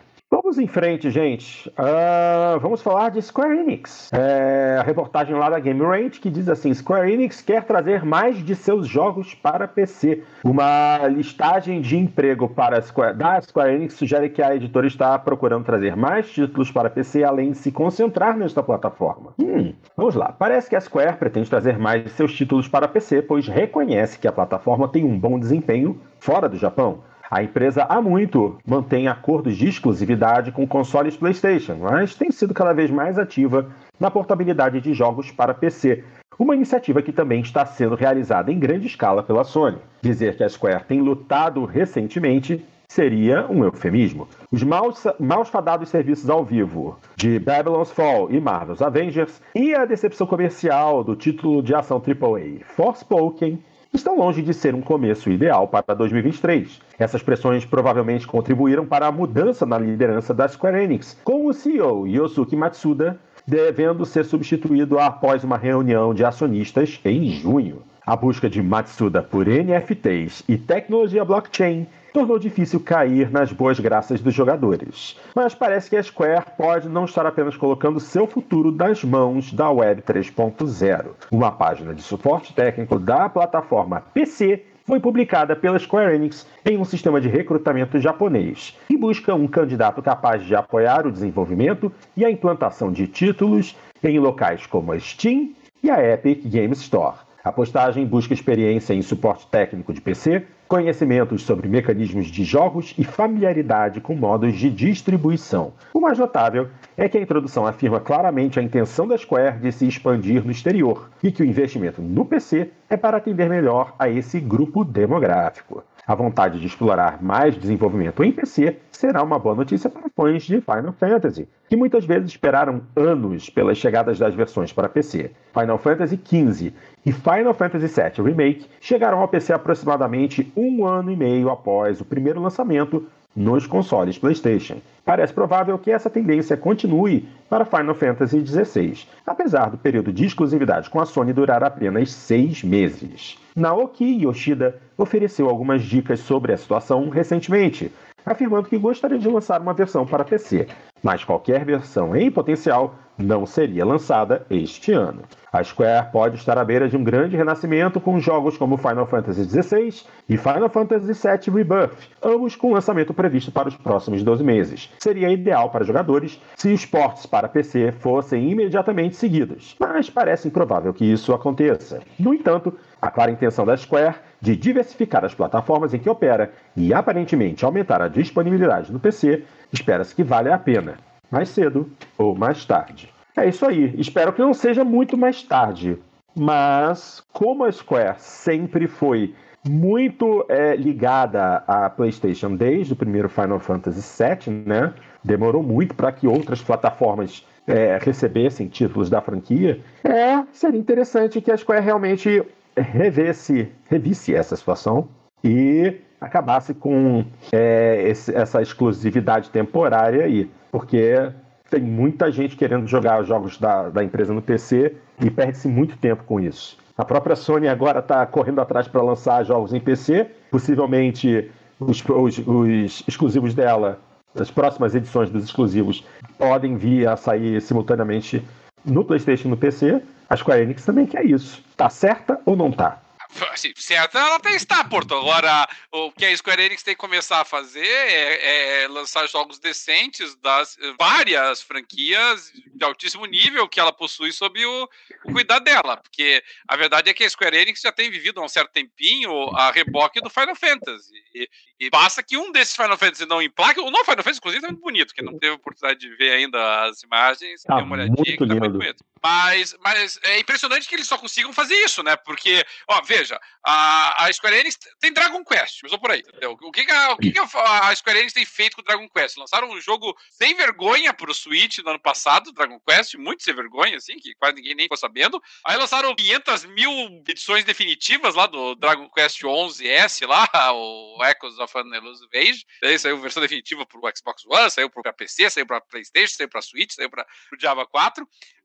[SPEAKER 1] Vamos em frente, gente. Vamos falar de Square Enix. A reportagem lá da Game Rant que diz assim: Square Enix quer trazer mais de seus jogos para PC. Uma listagem de emprego da Square Enix sugere que a editora está procurando trazer mais títulos para PC, além de se concentrar nesta plataforma. Vamos lá. Parece que a Square pretende trazer mais de seus títulos para PC, pois reconhece que a plataforma tem um bom desempenho fora do Japão. A empresa há muito mantém acordos de exclusividade com consoles PlayStation, mas tem sido cada vez mais ativa na portabilidade de jogos para PC, uma iniciativa que também está sendo realizada em grande escala pela Sony. Dizer que a Square tem lutado recentemente seria um eufemismo. Os mal fadados serviços ao vivo de Babylon's Fall e Marvel's Avengers e a decepção comercial do título de ação AAA Forspoken estão longe de ser um começo ideal para 2023. Essas pressões provavelmente contribuíram para a mudança na liderança da Square Enix, com o CEO Yosuke Matsuda devendo ser substituído após uma reunião de acionistas em junho. A busca de Matsuda por NFTs e tecnologia blockchain tornou difícil cair nas boas graças dos jogadores. Mas parece que a Square pode não estar apenas colocando seu futuro nas mãos da Web 3.0. Uma página de suporte técnico da plataforma PC foi publicada pela Square Enix em um sistema de recrutamento japonês e busca um candidato capaz de apoiar o desenvolvimento e a implantação de títulos em locais como a Steam e a Epic Games Store. A postagem busca experiência em suporte técnico de PC, conhecimentos sobre mecanismos de jogos e familiaridade com modos de distribuição. O mais notável é que a introdução afirma claramente a intenção da Square de se expandir no exterior e que o investimento no PC é para atender melhor a esse grupo demográfico. A vontade de explorar mais desenvolvimento em PC será uma boa notícia para fãs de Final Fantasy, que muitas vezes esperaram anos pelas chegadas das versões para PC. Final Fantasy XV e Final Fantasy VII Remake chegaram ao PC aproximadamente 1 ano e meio após o primeiro lançamento nos consoles PlayStation. Parece provável que essa tendência continue para Final Fantasy XVI, apesar do período de exclusividade com a Sony durar apenas 6 meses. Naoki Yoshida ofereceu algumas dicas sobre a situação recentemente, afirmando que gostaria de lançar uma versão para PC, mas qualquer versão em potencial não seria lançada este ano. A Square pode estar à beira de um grande renascimento com jogos como Final Fantasy XVI e Final Fantasy VII Rebirth, ambos com lançamento previsto para os próximos 12 meses. Seria ideal para jogadores se os ports para PC fossem imediatamente seguidos, mas parece improvável que isso aconteça. No entanto, a clara intenção da Square de diversificar as plataformas em que opera e aparentemente aumentar a disponibilidade no PC, espera-se que valha a pena, mais cedo ou mais tarde. É isso aí, espero que não seja muito mais tarde, mas como a Square sempre foi muito ligada à PlayStation desde o primeiro Final Fantasy VII, né? Demorou muito para que outras plataformas recebessem títulos da franquia. Seria interessante que a Square realmente revisse essa situação e acabasse com essa exclusividade temporária aí, porque tem muita gente querendo jogar os jogos da empresa no PC e perde-se muito tempo com isso. A própria Sony agora está correndo atrás para lançar jogos em PC, possivelmente os exclusivos dela, as próximas edições dos exclusivos, podem vir a sair simultaneamente no PlayStation e no PC. A Square Enix também quer isso. Tá certa ou não tá?
[SPEAKER 2] Assim, certo, ela até está, Porto. Agora, o que a Square Enix tem que começar a fazer é lançar jogos decentes das várias franquias de altíssimo nível que ela possui sob o cuidado dela. Porque a verdade é que a Square Enix já tem vivido há um certo tempinho a reboque do Final Fantasy. E basta que um desses Final Fantasy não emplaque. O novo Final Fantasy, inclusive, é muito bonito, que não teve a oportunidade de ver ainda as imagens. Dê uma olhadinha,
[SPEAKER 1] muito lindo.
[SPEAKER 2] Tá muito bonito. Mas é impressionante que eles só consigam fazer isso, né? Porque, veja, a Square Enix tem Dragon Quest, começou por aí, entendeu? O que a Square Enix tem feito com o Dragon Quest? Lançaram um jogo sem vergonha pro Switch no ano passado, Dragon Quest, muito sem vergonha, assim, que quase ninguém nem ficou sabendo. Aí lançaram 500 mil edições definitivas lá do Dragon Quest 11S lá, o Echoes of an Elusive Age. Aí saiu versão definitiva pro Xbox One, saiu pra PC, saiu pra PlayStation, saiu pra Switch, saiu pro Java 4. Aí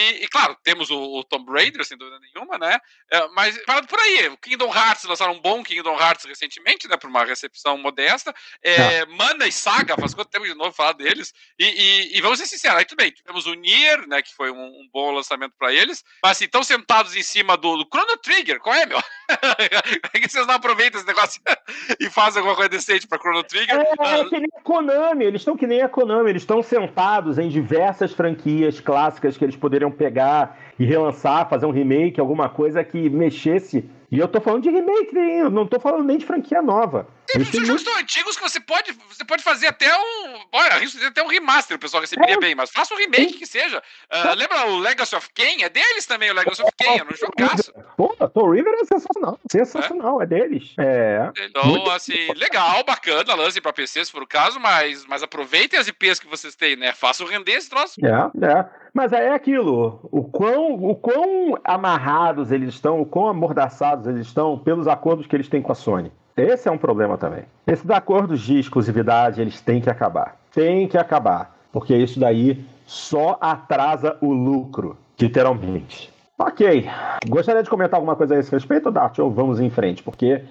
[SPEAKER 2] E claro, temos o Tomb Raider, sem dúvida nenhuma, né? Mas parado por aí, o Kingdom Hearts lançaram um bom Kingdom Hearts recentemente, né? Por uma recepção modesta. Mana e Saga, faz quanto tempo de novo falar deles? E vamos ser sinceros, aí tudo bem, tivemos o Nier, né? Que foi um bom lançamento pra eles, mas assim, estão sentados em cima do Chrono Trigger, qual é, meu? Por que vocês não aproveitam esse negócio e fazem alguma coisa decente pra Chrono Trigger?
[SPEAKER 1] É que nem a Konami, eles estão que nem a Konami, eles estão sentados em diversas franquias clássicas que eles poderiam pegar e relançar, fazer um remake, alguma coisa que mexesse. E eu tô falando de remake, eu não tô falando nem de franquia nova.
[SPEAKER 2] Tem jogos tão antigos que você pode fazer até até um remaster, o pessoal receberia bem, mas faça um remake que seja. Lembra o Legacy of Kain? É deles também, o Legacy of Kain, é um jogaço.
[SPEAKER 1] Pô, Soul River é sensacional, é deles.
[SPEAKER 2] Então, assim, legal, bacana, lance pra PC se for o caso, mas aproveitem as IPs que vocês têm, né? Façam render esse troço.
[SPEAKER 1] Mas é aquilo, o quão amarrados eles estão, o quão amordaçados eles estão pelos acordos que eles têm com a Sony. Esse é um problema também. Esses acordos de exclusividade, eles têm que acabar. Tem que acabar. Porque isso daí só atrasa o lucro, literalmente. Ok. Gostaria de comentar alguma coisa a esse respeito, Dart? Ou vamos em frente? Porque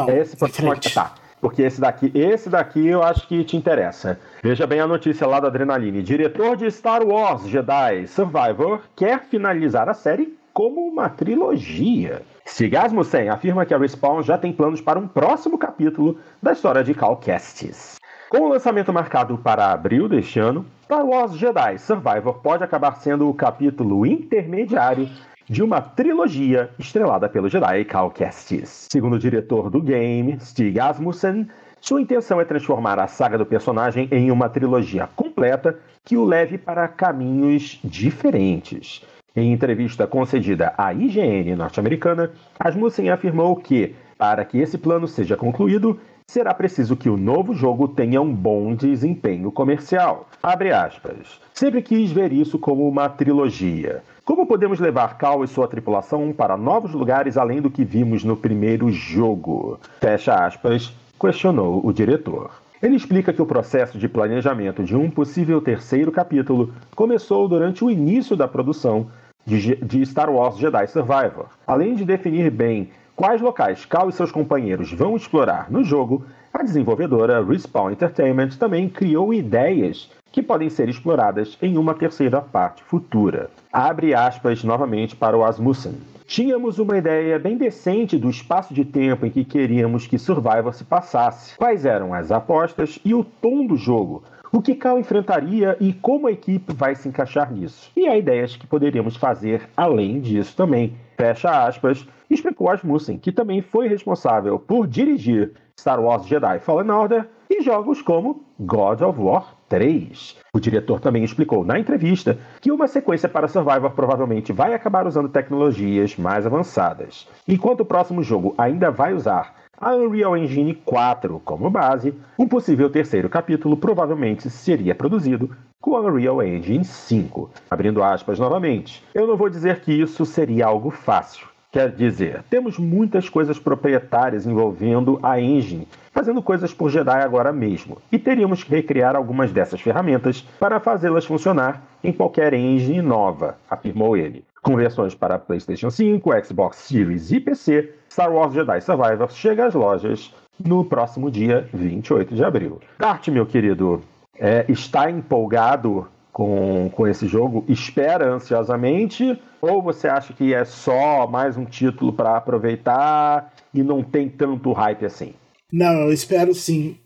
[SPEAKER 1] Porque esse daqui eu acho que te interessa. Veja bem a notícia lá da Adrenaline. Diretor de Star Wars Jedi Survivor quer finalizar a série como uma trilogia. Stig Asmussen afirma que a Respawn já tem planos para um próximo capítulo da história de Cal Kestis. Com o lançamento marcado para abril deste ano, Star Wars Jedi Survivor pode acabar sendo o capítulo intermediário de uma trilogia estrelada pelo Jedi Cal Kestis. Segundo o diretor do game, Stig Asmussen, sua intenção é transformar a saga do personagem em uma trilogia completa que o leve para caminhos diferentes. Em entrevista concedida à IGN norte-americana, Asmussen afirmou que, para que esse plano seja concluído, será preciso que o novo jogo tenha um bom desempenho comercial. Abre aspas. Sempre quis ver isso como uma trilogia. Como podemos levar Cal e sua tripulação para novos lugares além do que vimos no primeiro jogo? Fecha aspas, questionou o diretor. Ele explica que o processo de planejamento de um possível terceiro capítulo começou durante o início da produção de Star Wars Jedi Survivor. Além de definir bem quais locais Cal e seus companheiros vão explorar no jogo, a desenvolvedora Respawn Entertainment também criou ideias que podem ser exploradas em uma terceira parte futura. Abre aspas novamente para o Asmussen. Tínhamos uma ideia bem decente do espaço de tempo em que queríamos que Survivor se passasse, quais eram as apostas e o tom do jogo, o que Cal enfrentaria e como a equipe vai se encaixar nisso. E há ideias que poderíamos fazer além disso também. Fecha aspas, explicou Asmussen, que também foi responsável por dirigir Star Wars Jedi Fallen Order e jogos como God of War 3. O diretor também explicou na entrevista que uma sequência para Survivor provavelmente vai acabar usando tecnologias mais avançadas. Enquanto o próximo jogo ainda vai usar a Unreal Engine 4 como base, um possível terceiro capítulo provavelmente seria produzido com a Unreal Engine 5. Abrindo aspas novamente, eu não vou dizer que isso seria algo fácil. Quer dizer, temos muitas coisas proprietárias envolvendo a engine, fazendo coisas por Jedi agora mesmo, e teríamos que recriar algumas dessas ferramentas para fazê-las funcionar em qualquer engine nova, afirmou ele. Com versões para PlayStation 5, Xbox Series e PC, Star Wars Jedi Survivor chega às lojas no próximo dia 28 de abril. Dart, meu querido, está empolgado com esse jogo? Espera ansiosamente? Ou você acha que é só mais um título para aproveitar e não tem tanto hype assim?
[SPEAKER 3] Não, eu espero sim.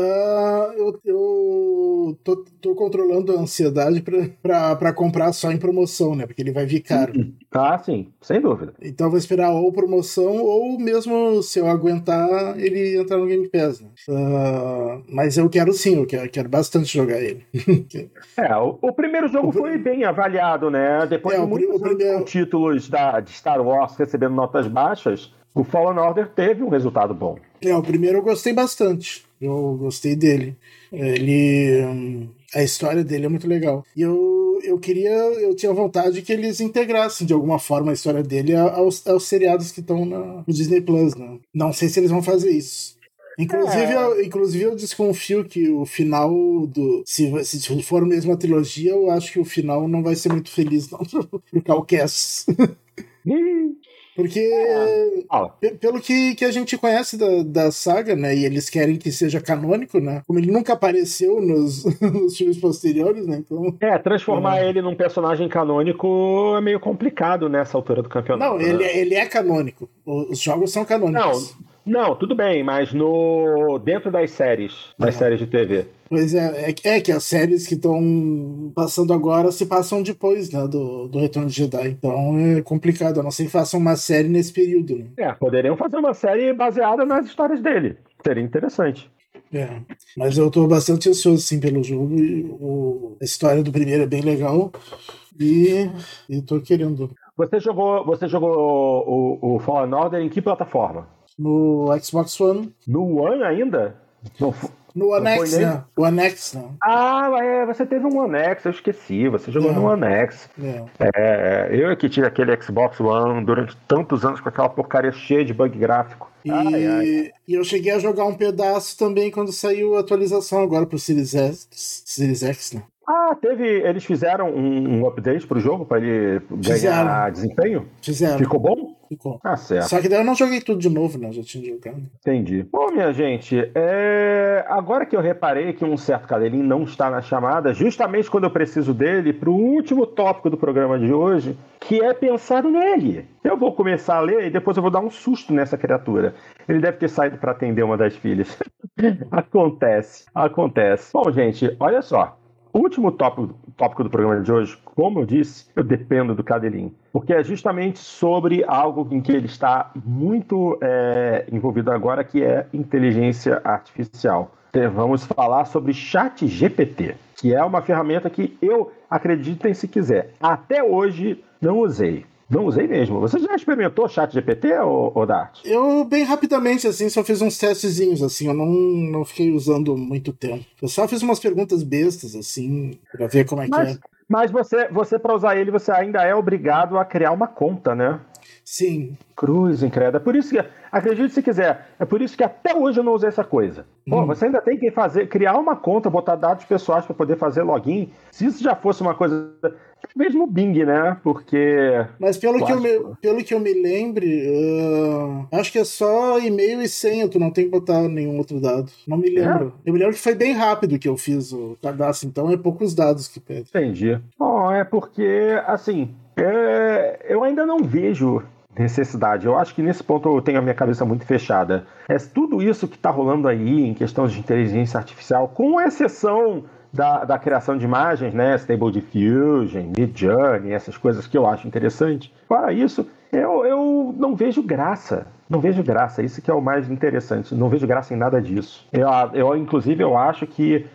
[SPEAKER 3] Eu tô controlando a ansiedade pra comprar só em promoção, né? Porque ele vai vir caro.
[SPEAKER 1] Ah, sim, sem dúvida.
[SPEAKER 3] Então eu vou esperar ou promoção, ou mesmo se eu aguentar, ele entrar no Game Pass, né? Mas eu quero sim, eu quero bastante jogar ele.
[SPEAKER 1] O primeiro jogo foi bem avaliado, né? Depois de muitos anos títulos de Star Wars recebendo notas baixas, o Fallen Order teve um resultado bom.
[SPEAKER 3] O primeiro eu gostei bastante. Eu gostei dele. A história dele é muito legal. E eu tinha vontade que eles integrassem de alguma forma a história dele aos seriados que estão no Disney Plus, né? Não sei se eles vão fazer isso. Inclusive eu desconfio que o final do... Se for mesmo a trilogia, eu acho que o final não vai ser muito feliz não, pro Cal Kestis. Porque, pelo que a gente conhece da saga, né, e eles querem que seja canônico, né, como ele nunca apareceu nos filmes posteriores, né, então...
[SPEAKER 1] transformar ele num personagem canônico é meio complicado nessa altura do campeonato.
[SPEAKER 3] Não, ele é canônico. Os jogos são canônicos.
[SPEAKER 1] Não, tudo bem, mas dentro das séries de TV.
[SPEAKER 3] Pois é que as séries que estão passando agora se passam depois, né, do Retorno de Jedi. Então é complicado, a não ser que façam uma série nesse período. Né?
[SPEAKER 1] Poderiam fazer uma série baseada nas histórias dele. Seria interessante.
[SPEAKER 3] Mas eu tô bastante ansioso, sim, pelo jogo. A história do primeiro é bem legal. E tô querendo.
[SPEAKER 1] Você jogou o Fallen Order em que plataforma?
[SPEAKER 3] No Xbox One.
[SPEAKER 1] No One ainda?
[SPEAKER 3] No One X, né? O One X, né?
[SPEAKER 1] Você teve um One X, eu esqueci. Você jogou no One X. Eu que tive aquele Xbox One durante tantos anos com aquela porcaria cheia de bug gráfico.
[SPEAKER 3] E eu cheguei a jogar um pedaço também quando saiu a atualização agora pro Series X, né?
[SPEAKER 1] Eles fizeram um update pro jogo pra ele ganhar desempenho?
[SPEAKER 3] Fizeram.
[SPEAKER 1] Ficou bom?
[SPEAKER 3] Ficou.
[SPEAKER 1] Certo.
[SPEAKER 3] Só que daí eu não joguei tudo de novo, né? Já tinha jogado.
[SPEAKER 1] Entendi. Bom, minha gente, agora que eu reparei que um certo Cadelin não está na chamada, justamente quando eu preciso dele, pro último tópico do programa de hoje, que é pensar nele. Eu vou começar a ler e depois eu vou dar um susto nessa criatura. Ele deve ter saído para atender uma das filhas. Acontece. Bom, gente, olha só. O último tópico do programa de hoje, como eu disse, eu dependo do Cadelin, porque é justamente sobre algo em que ele está muito envolvido agora, que é inteligência artificial. Vamos falar sobre ChatGPT, que é uma ferramenta que eu, acreditem se quiser, até hoje não usei. Não usei mesmo. Você já experimentou ChatGPT, ou Dart?
[SPEAKER 3] Eu, bem rapidamente, assim, só fiz uns testezinhos, assim, eu não fiquei usando muito tempo. Eu só fiz umas perguntas bestas, assim, pra ver como é que é.
[SPEAKER 1] Mas você para usar ele, você ainda é obrigado a criar uma conta, né?
[SPEAKER 3] Sim.
[SPEAKER 1] Cruz, incrédula. É por isso que, acredite se quiser, é por isso que até hoje eu não usei essa coisa. Você ainda tem que criar uma conta, botar dados pessoais para poder fazer login. Se isso já fosse uma coisa, mesmo o Bing, né? Porque...
[SPEAKER 3] Mas pelo que eu me lembre, acho que é só e-mail e senha, tu não tem que botar nenhum outro dado. Não me lembro. Eu me lembro que foi bem rápido que eu fiz o cadastro, então é poucos dados que pede.
[SPEAKER 1] Entendi. Bom, é porque, assim, eu ainda não vejo necessidade. Eu acho que nesse ponto eu tenho a minha cabeça muito fechada. Tudo isso que está rolando aí em questões de inteligência artificial, com exceção da criação de imagens, né? Stable Diffusion, Midjourney, essas coisas que eu acho interessante. Fora isso, eu não vejo graça. Não vejo graça. Isso que é o mais interessante. Não vejo graça em nada disso. Inclusive, eu acho que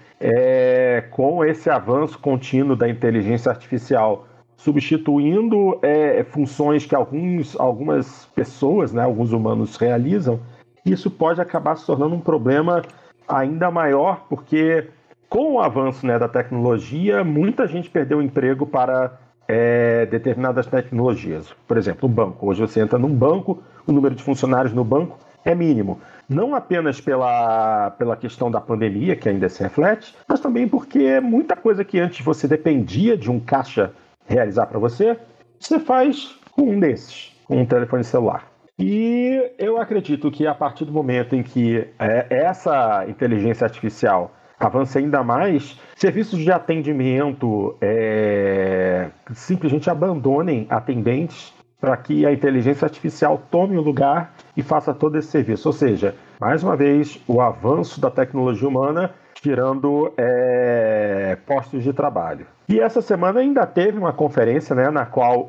[SPEAKER 1] com esse avanço contínuo da inteligência artificial, substituindo funções que algumas pessoas, né, alguns humanos realizam, isso pode acabar se tornando um problema ainda maior, porque com o avanço, né, da tecnologia, muita gente perdeu o emprego para determinadas tecnologias. Por exemplo, o banco. Hoje você entra num banco, o número de funcionários no banco é mínimo. Não apenas pela questão da pandemia, que ainda se reflete, mas também porque muita coisa que antes você dependia de um caixa realizar para você faz com um desses, com um telefone celular. E eu acredito que a partir do momento em que essa inteligência artificial avança ainda mais, serviços de atendimento simplesmente abandonem atendentes para que a inteligência artificial tome o lugar e faça todo esse serviço. Ou seja, mais uma vez, o avanço da tecnologia humana tirando postos de trabalho. E essa semana ainda teve uma conferência, né, na qual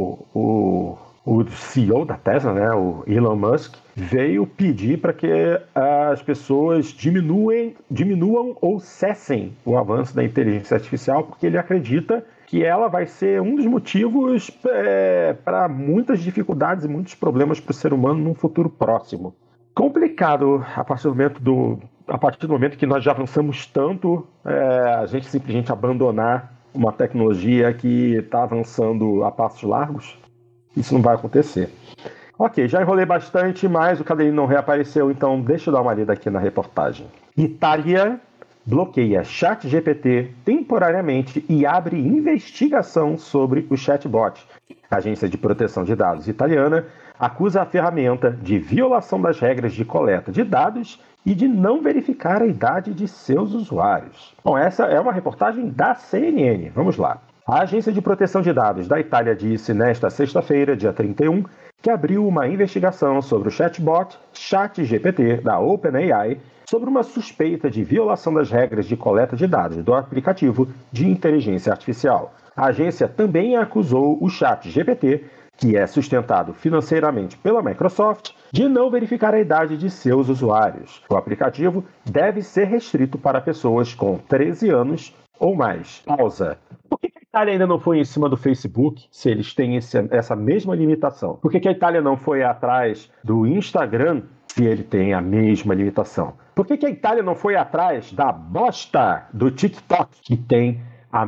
[SPEAKER 1] o CEO da Tesla, né, o Elon Musk, veio pedir para que as pessoas diminuam ou cessem o avanço da inteligência artificial, porque ele acredita que ela vai ser um dos motivos para muitas dificuldades e muitos problemas para o ser humano num futuro próximo. Complicado a partir do momento que nós já avançamos tanto, a gente simplesmente abandonar uma tecnologia que está avançando a passos largos. Isso não vai acontecer. Ok, já enrolei bastante, mas o caderninho não reapareceu, então deixa eu dar uma lida aqui na reportagem. Itália bloqueia ChatGPT temporariamente e abre investigação sobre o chatbot. A Agência de Proteção de Dados italiana acusa a ferramenta de violação das regras de coleta de dados e de não verificar a idade de seus usuários. Bom, essa é uma reportagem da CNN. Vamos lá. A Agência de Proteção de Dados da Itália disse nesta sexta-feira, dia 31, que abriu uma investigação sobre o chatbot ChatGPT da OpenAI sobre uma suspeita de violação das regras de coleta de dados do aplicativo de inteligência artificial. A agência também acusou o ChatGPT, que é sustentado financeiramente pela Microsoft, de não verificar a idade de seus usuários. O aplicativo deve ser restrito para pessoas com 13 anos ou mais. Pausa. Por que a Itália ainda não foi em cima do Facebook, se eles têm essa mesma limitação? Por que a Itália não foi atrás do Instagram, se ele tem a mesma limitação? Por que a Itália não foi atrás da bosta do TikTok, que tem a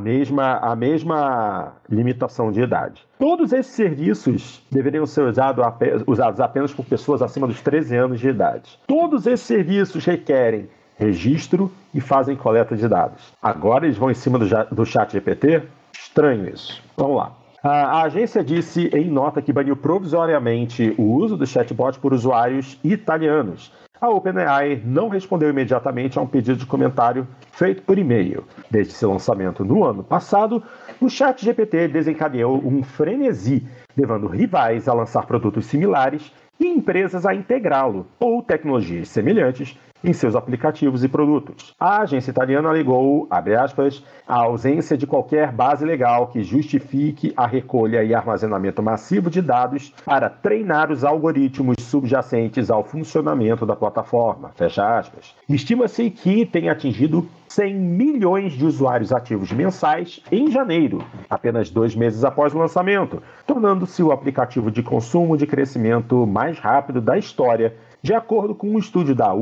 [SPEAKER 1] mesma limitação de idade? Todos esses serviços deveriam ser usados apenas por pessoas acima dos 13 anos de idade. Todos esses serviços requerem registro e fazem coleta de dados. Agora eles vão em cima do ChatGPT? Estranho isso. Vamos lá. A agência disse em nota que baniu provisoriamente o uso do chatbot por usuários italianos. A OpenAI não respondeu imediatamente a um pedido de comentário feito por e-mail. Desde seu lançamento no ano passado, o ChatGPT desencadeou um frenesi, levando rivais a lançar produtos similares e empresas a integrá-lo, ou tecnologias semelhantes, em seus aplicativos e produtos. A agência italiana alegou, abre aspas, a ausência de qualquer base legal que justifique a recolha e armazenamento massivo de dados para treinar os algoritmos subjacentes ao funcionamento da plataforma, fecha aspas. Estima-se que tenha atingido 100 milhões de usuários ativos mensais em janeiro, apenas 2 meses após o lançamento, tornando-se o aplicativo de consumo de crescimento mais rápido da história, de acordo com um estudo da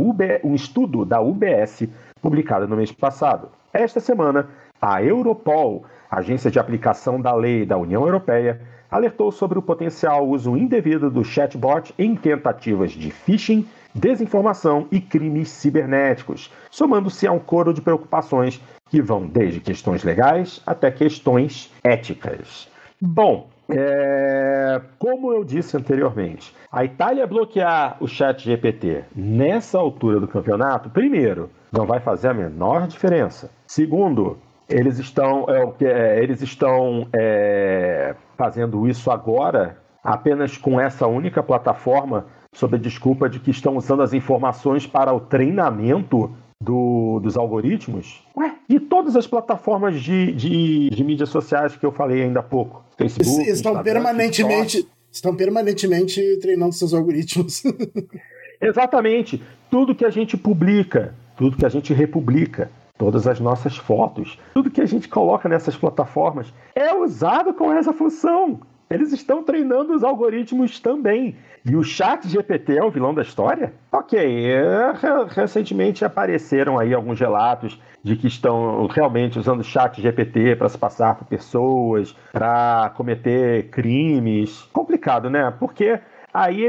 [SPEAKER 1] UBS, publicado no mês passado. Esta semana, a Europol, agência de aplicação da lei da União Europeia, alertou sobre o potencial uso indevido do chatbot em tentativas de phishing, desinformação e crimes cibernéticos, somando-se a um coro de preocupações que vão desde questões legais até questões éticas. Bom, como eu disse anteriormente, a Itália bloquear o ChatGPT nessa altura do campeonato, primeiro, não vai fazer a menor diferença. Segundo, eles estão fazendo isso agora apenas com essa única plataforma, sob a desculpa de que estão usando as informações para o treinamento dos algoritmos. E todas as plataformas de mídias sociais que eu falei ainda há pouco. Facebook,
[SPEAKER 3] estão permanentemente treinando seus algoritmos.
[SPEAKER 1] Exatamente. Tudo que a gente publica, tudo que a gente republica, todas as nossas fotos, tudo que a gente coloca nessas plataformas é usado com essa função. Eles estão treinando os algoritmos também. E o ChatGPT é o vilão da história? Ok, recentemente apareceram aí alguns relatos de que estão realmente usando o ChatGPT para se passar por pessoas, para cometer crimes. Complicado, né? Porque aí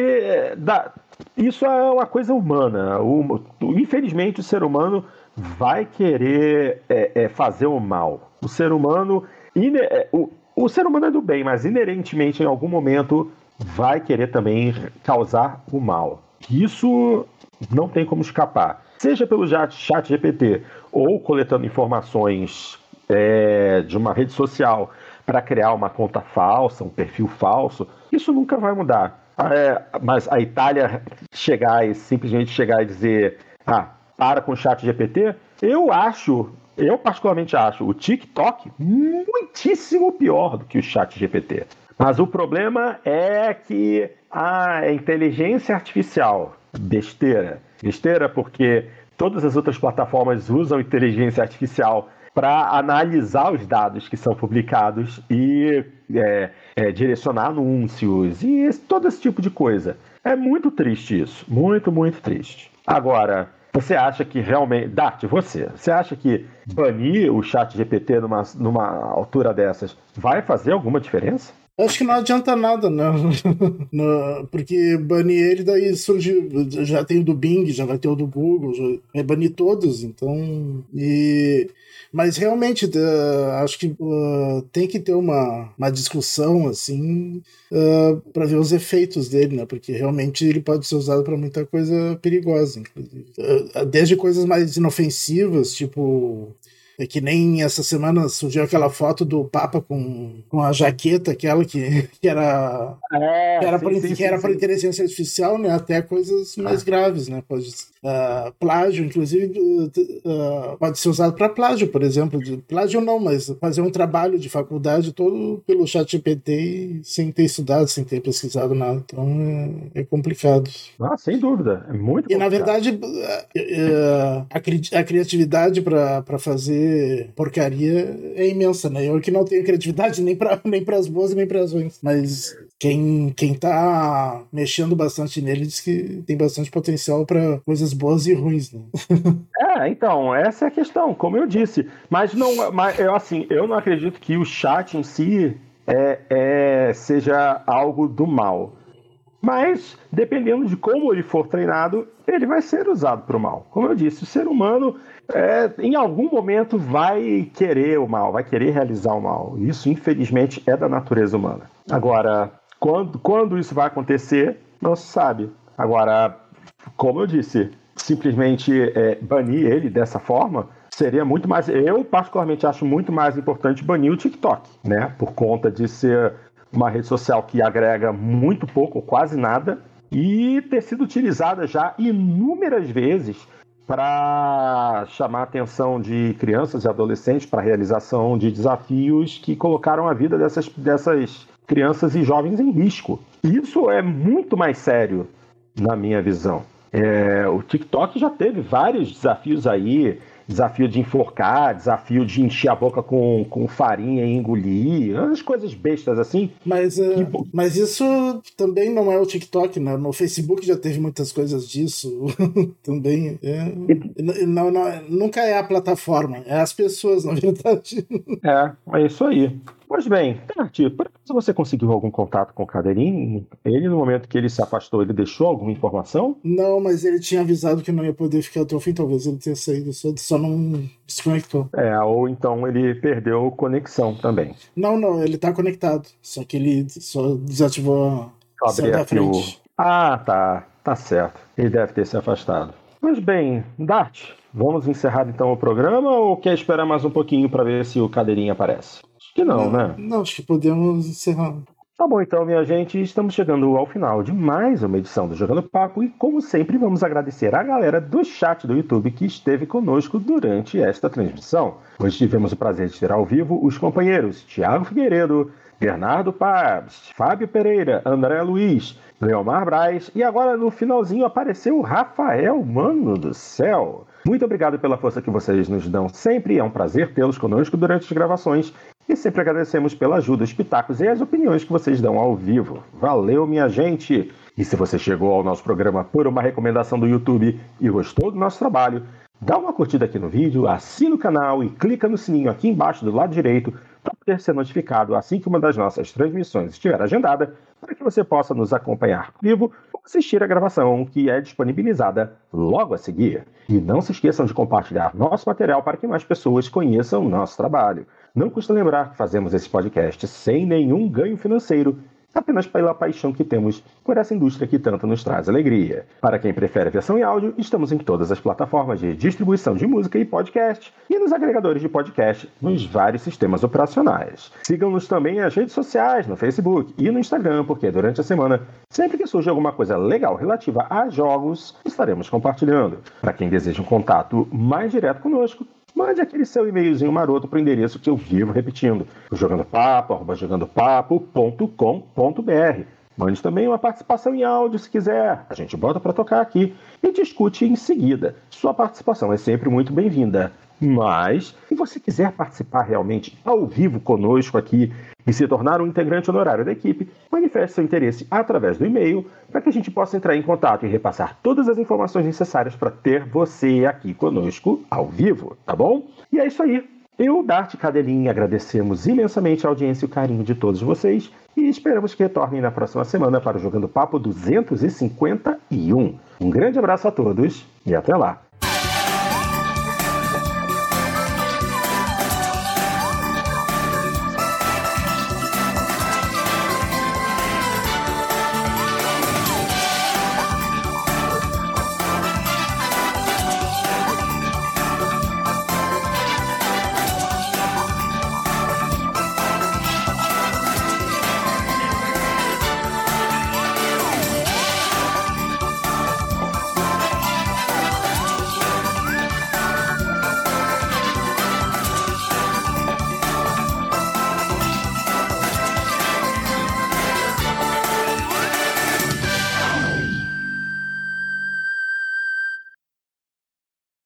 [SPEAKER 1] isso é uma coisa humana. Infelizmente, o ser humano vai querer fazer o mal. O ser humano é do bem, mas inerentemente, em algum momento, vai querer também causar o mal. Isso não tem como escapar. Seja pelo ChatGPT ou coletando informações de uma rede social para criar uma conta falsa, um perfil falso, isso nunca vai mudar. Mas a Itália simplesmente chegar e dizer para com o ChatGPT, eu particularmente acho o TikTok muitíssimo pior do que o ChatGPT. Mas o problema é que a inteligência artificial, besteira porque todas as outras plataformas usam inteligência artificial para analisar os dados que são publicados e direcionar anúncios e todo esse tipo de coisa. É muito triste isso, muito, muito triste. Agora, você acha que realmente... Dart, você acha que banir o ChatGPT numa altura dessas vai fazer alguma diferença?
[SPEAKER 3] Acho que não adianta nada, né? Porque banir ele, daí surge. Já tem o do Bing, já vai ter o do Google, já vai banir todos, então. Mas realmente, acho que tem que ter uma discussão, assim, para ver os efeitos dele, né? Porque realmente ele pode ser usado para muita coisa perigosa, inclusive. Desde coisas mais inofensivas, tipo. É que nem essa semana surgiu aquela foto do Papa com a jaqueta, aquela que era por inteligência artificial, né? Até coisas mais graves, né? Plágio, inclusive, pode ser usado para plágio, por exemplo. Plágio não, mas fazer um trabalho de faculdade todo pelo ChatGPT sem ter estudado, sem ter pesquisado nada. Então é complicado.
[SPEAKER 1] Sem dúvida. É muito complicado.
[SPEAKER 3] E, na verdade, a criatividade para fazer porcaria é imensa, né? Eu que não tenho criatividade nem para as boas nem para as ruins. Mas quem tá mexendo bastante nele diz que tem bastante potencial para coisas boas e ruins, né?
[SPEAKER 1] Então, essa é a questão, como eu disse. Mas eu não acredito que o chat em si seja algo do mal. Mas, dependendo de como ele for treinado, ele vai ser usado para o mal. Como eu disse, o ser humano, em algum momento, vai querer o mal, vai querer realizar o mal. Isso, infelizmente, é da natureza humana. Agora, quando isso vai acontecer, não se sabe. Agora, como eu disse, simplesmente banir ele dessa forma seria muito mais... Eu, particularmente, acho muito mais importante banir o TikTok, né? Por conta de ser uma rede social que agrega muito pouco, quase nada, e ter sido utilizada já inúmeras vezes para chamar a atenção de crianças e adolescentes para a realização de desafios que colocaram a vida dessas crianças e jovens em risco. Isso é muito mais sério, na minha visão. O TikTok já teve vários desafios aí, desafio de enforcar, desafio de encher a boca com farinha e engolir, umas coisas bestas assim.
[SPEAKER 3] Mas isso também não é o TikTok, né? No Facebook já teve muitas coisas disso também. Nunca é a plataforma, é as pessoas, na verdade.
[SPEAKER 1] É isso aí. Pois bem, Tati, por acaso você conseguiu algum contato com o Cadeirinho? Ele, no momento que ele se afastou, ele deixou alguma informação?
[SPEAKER 3] Não, mas ele tinha avisado que não ia poder ficar até o fim, talvez ele tenha saído, só não desconectou.
[SPEAKER 1] Ou então ele perdeu conexão também.
[SPEAKER 3] Não, ele tá conectado, só que ele só desativou a saiu da frente.
[SPEAKER 1] Tá certo. Ele deve ter se afastado. Pois bem, Dart, vamos encerrar então o programa ou quer esperar mais um pouquinho para ver se o Cadeirinho aparece? Acho que não, né?
[SPEAKER 3] Não, acho que podemos encerrar.
[SPEAKER 1] Tá bom então, minha gente, estamos chegando ao final de mais uma edição do Jogando Papo e, como sempre, vamos agradecer a galera do chat do YouTube que esteve conosco durante esta transmissão. Hoje tivemos o prazer de ter ao vivo os companheiros Thiago Figueiredo, Bernardo Pabst, Fábio Pereira, André Luiz, Leomar Braz e agora no finalzinho apareceu o Rafael, mano do céu. Muito obrigado pela força que vocês nos dão sempre, é um prazer tê-los conosco durante as gravações e sempre agradecemos pela ajuda, os pitacos e as opiniões que vocês dão ao vivo. Valeu, minha gente! E se você chegou ao nosso programa por uma recomendação do YouTube e gostou do nosso trabalho, dá uma curtida aqui no vídeo, assina o canal e clica no sininho aqui embaixo do lado direito para poder ser notificado assim que uma das nossas transmissões estiver agendada, para que você possa nos acompanhar ao vivo ou assistir a gravação que é disponibilizada logo a seguir. E não se esqueçam de compartilhar nosso material para que mais pessoas conheçam o nosso trabalho. Não custa lembrar que fazemos esse podcast sem nenhum ganho financeiro, apenas pela paixão que temos por essa indústria que tanto nos traz alegria. Para quem prefere a versão em áudio, estamos em todas as plataformas de distribuição de música e podcast e nos agregadores de podcast nos vários sistemas operacionais. Sigam-nos também nas redes sociais, no Facebook e no Instagram, porque durante a semana, sempre que surge alguma coisa legal relativa a jogos, estaremos compartilhando. Para quem deseja um contato mais direto conosco, mande aquele seu e-mailzinho maroto para o endereço que eu vivo repetindo, jogandopapo@jogandopapo.com.br. Mande também uma participação em áudio se quiser, a gente bota para tocar aqui e discute em seguida. Sua participação é sempre muito bem-vinda. Mas, se você quiser participar realmente ao vivo conosco aqui e se tornar um integrante honorário da equipe, manifeste seu interesse através do e-mail para que a gente possa entrar em contato e repassar todas as informações necessárias para ter você aqui conosco ao vivo, tá bom? E é isso aí. Eu, Dart e Cadelinha, agradecemos imensamente a audiência e o carinho de todos vocês e e esperamos que retornem na próxima semana para o Jogando Papo 251. Um grande abraço a todos e até lá!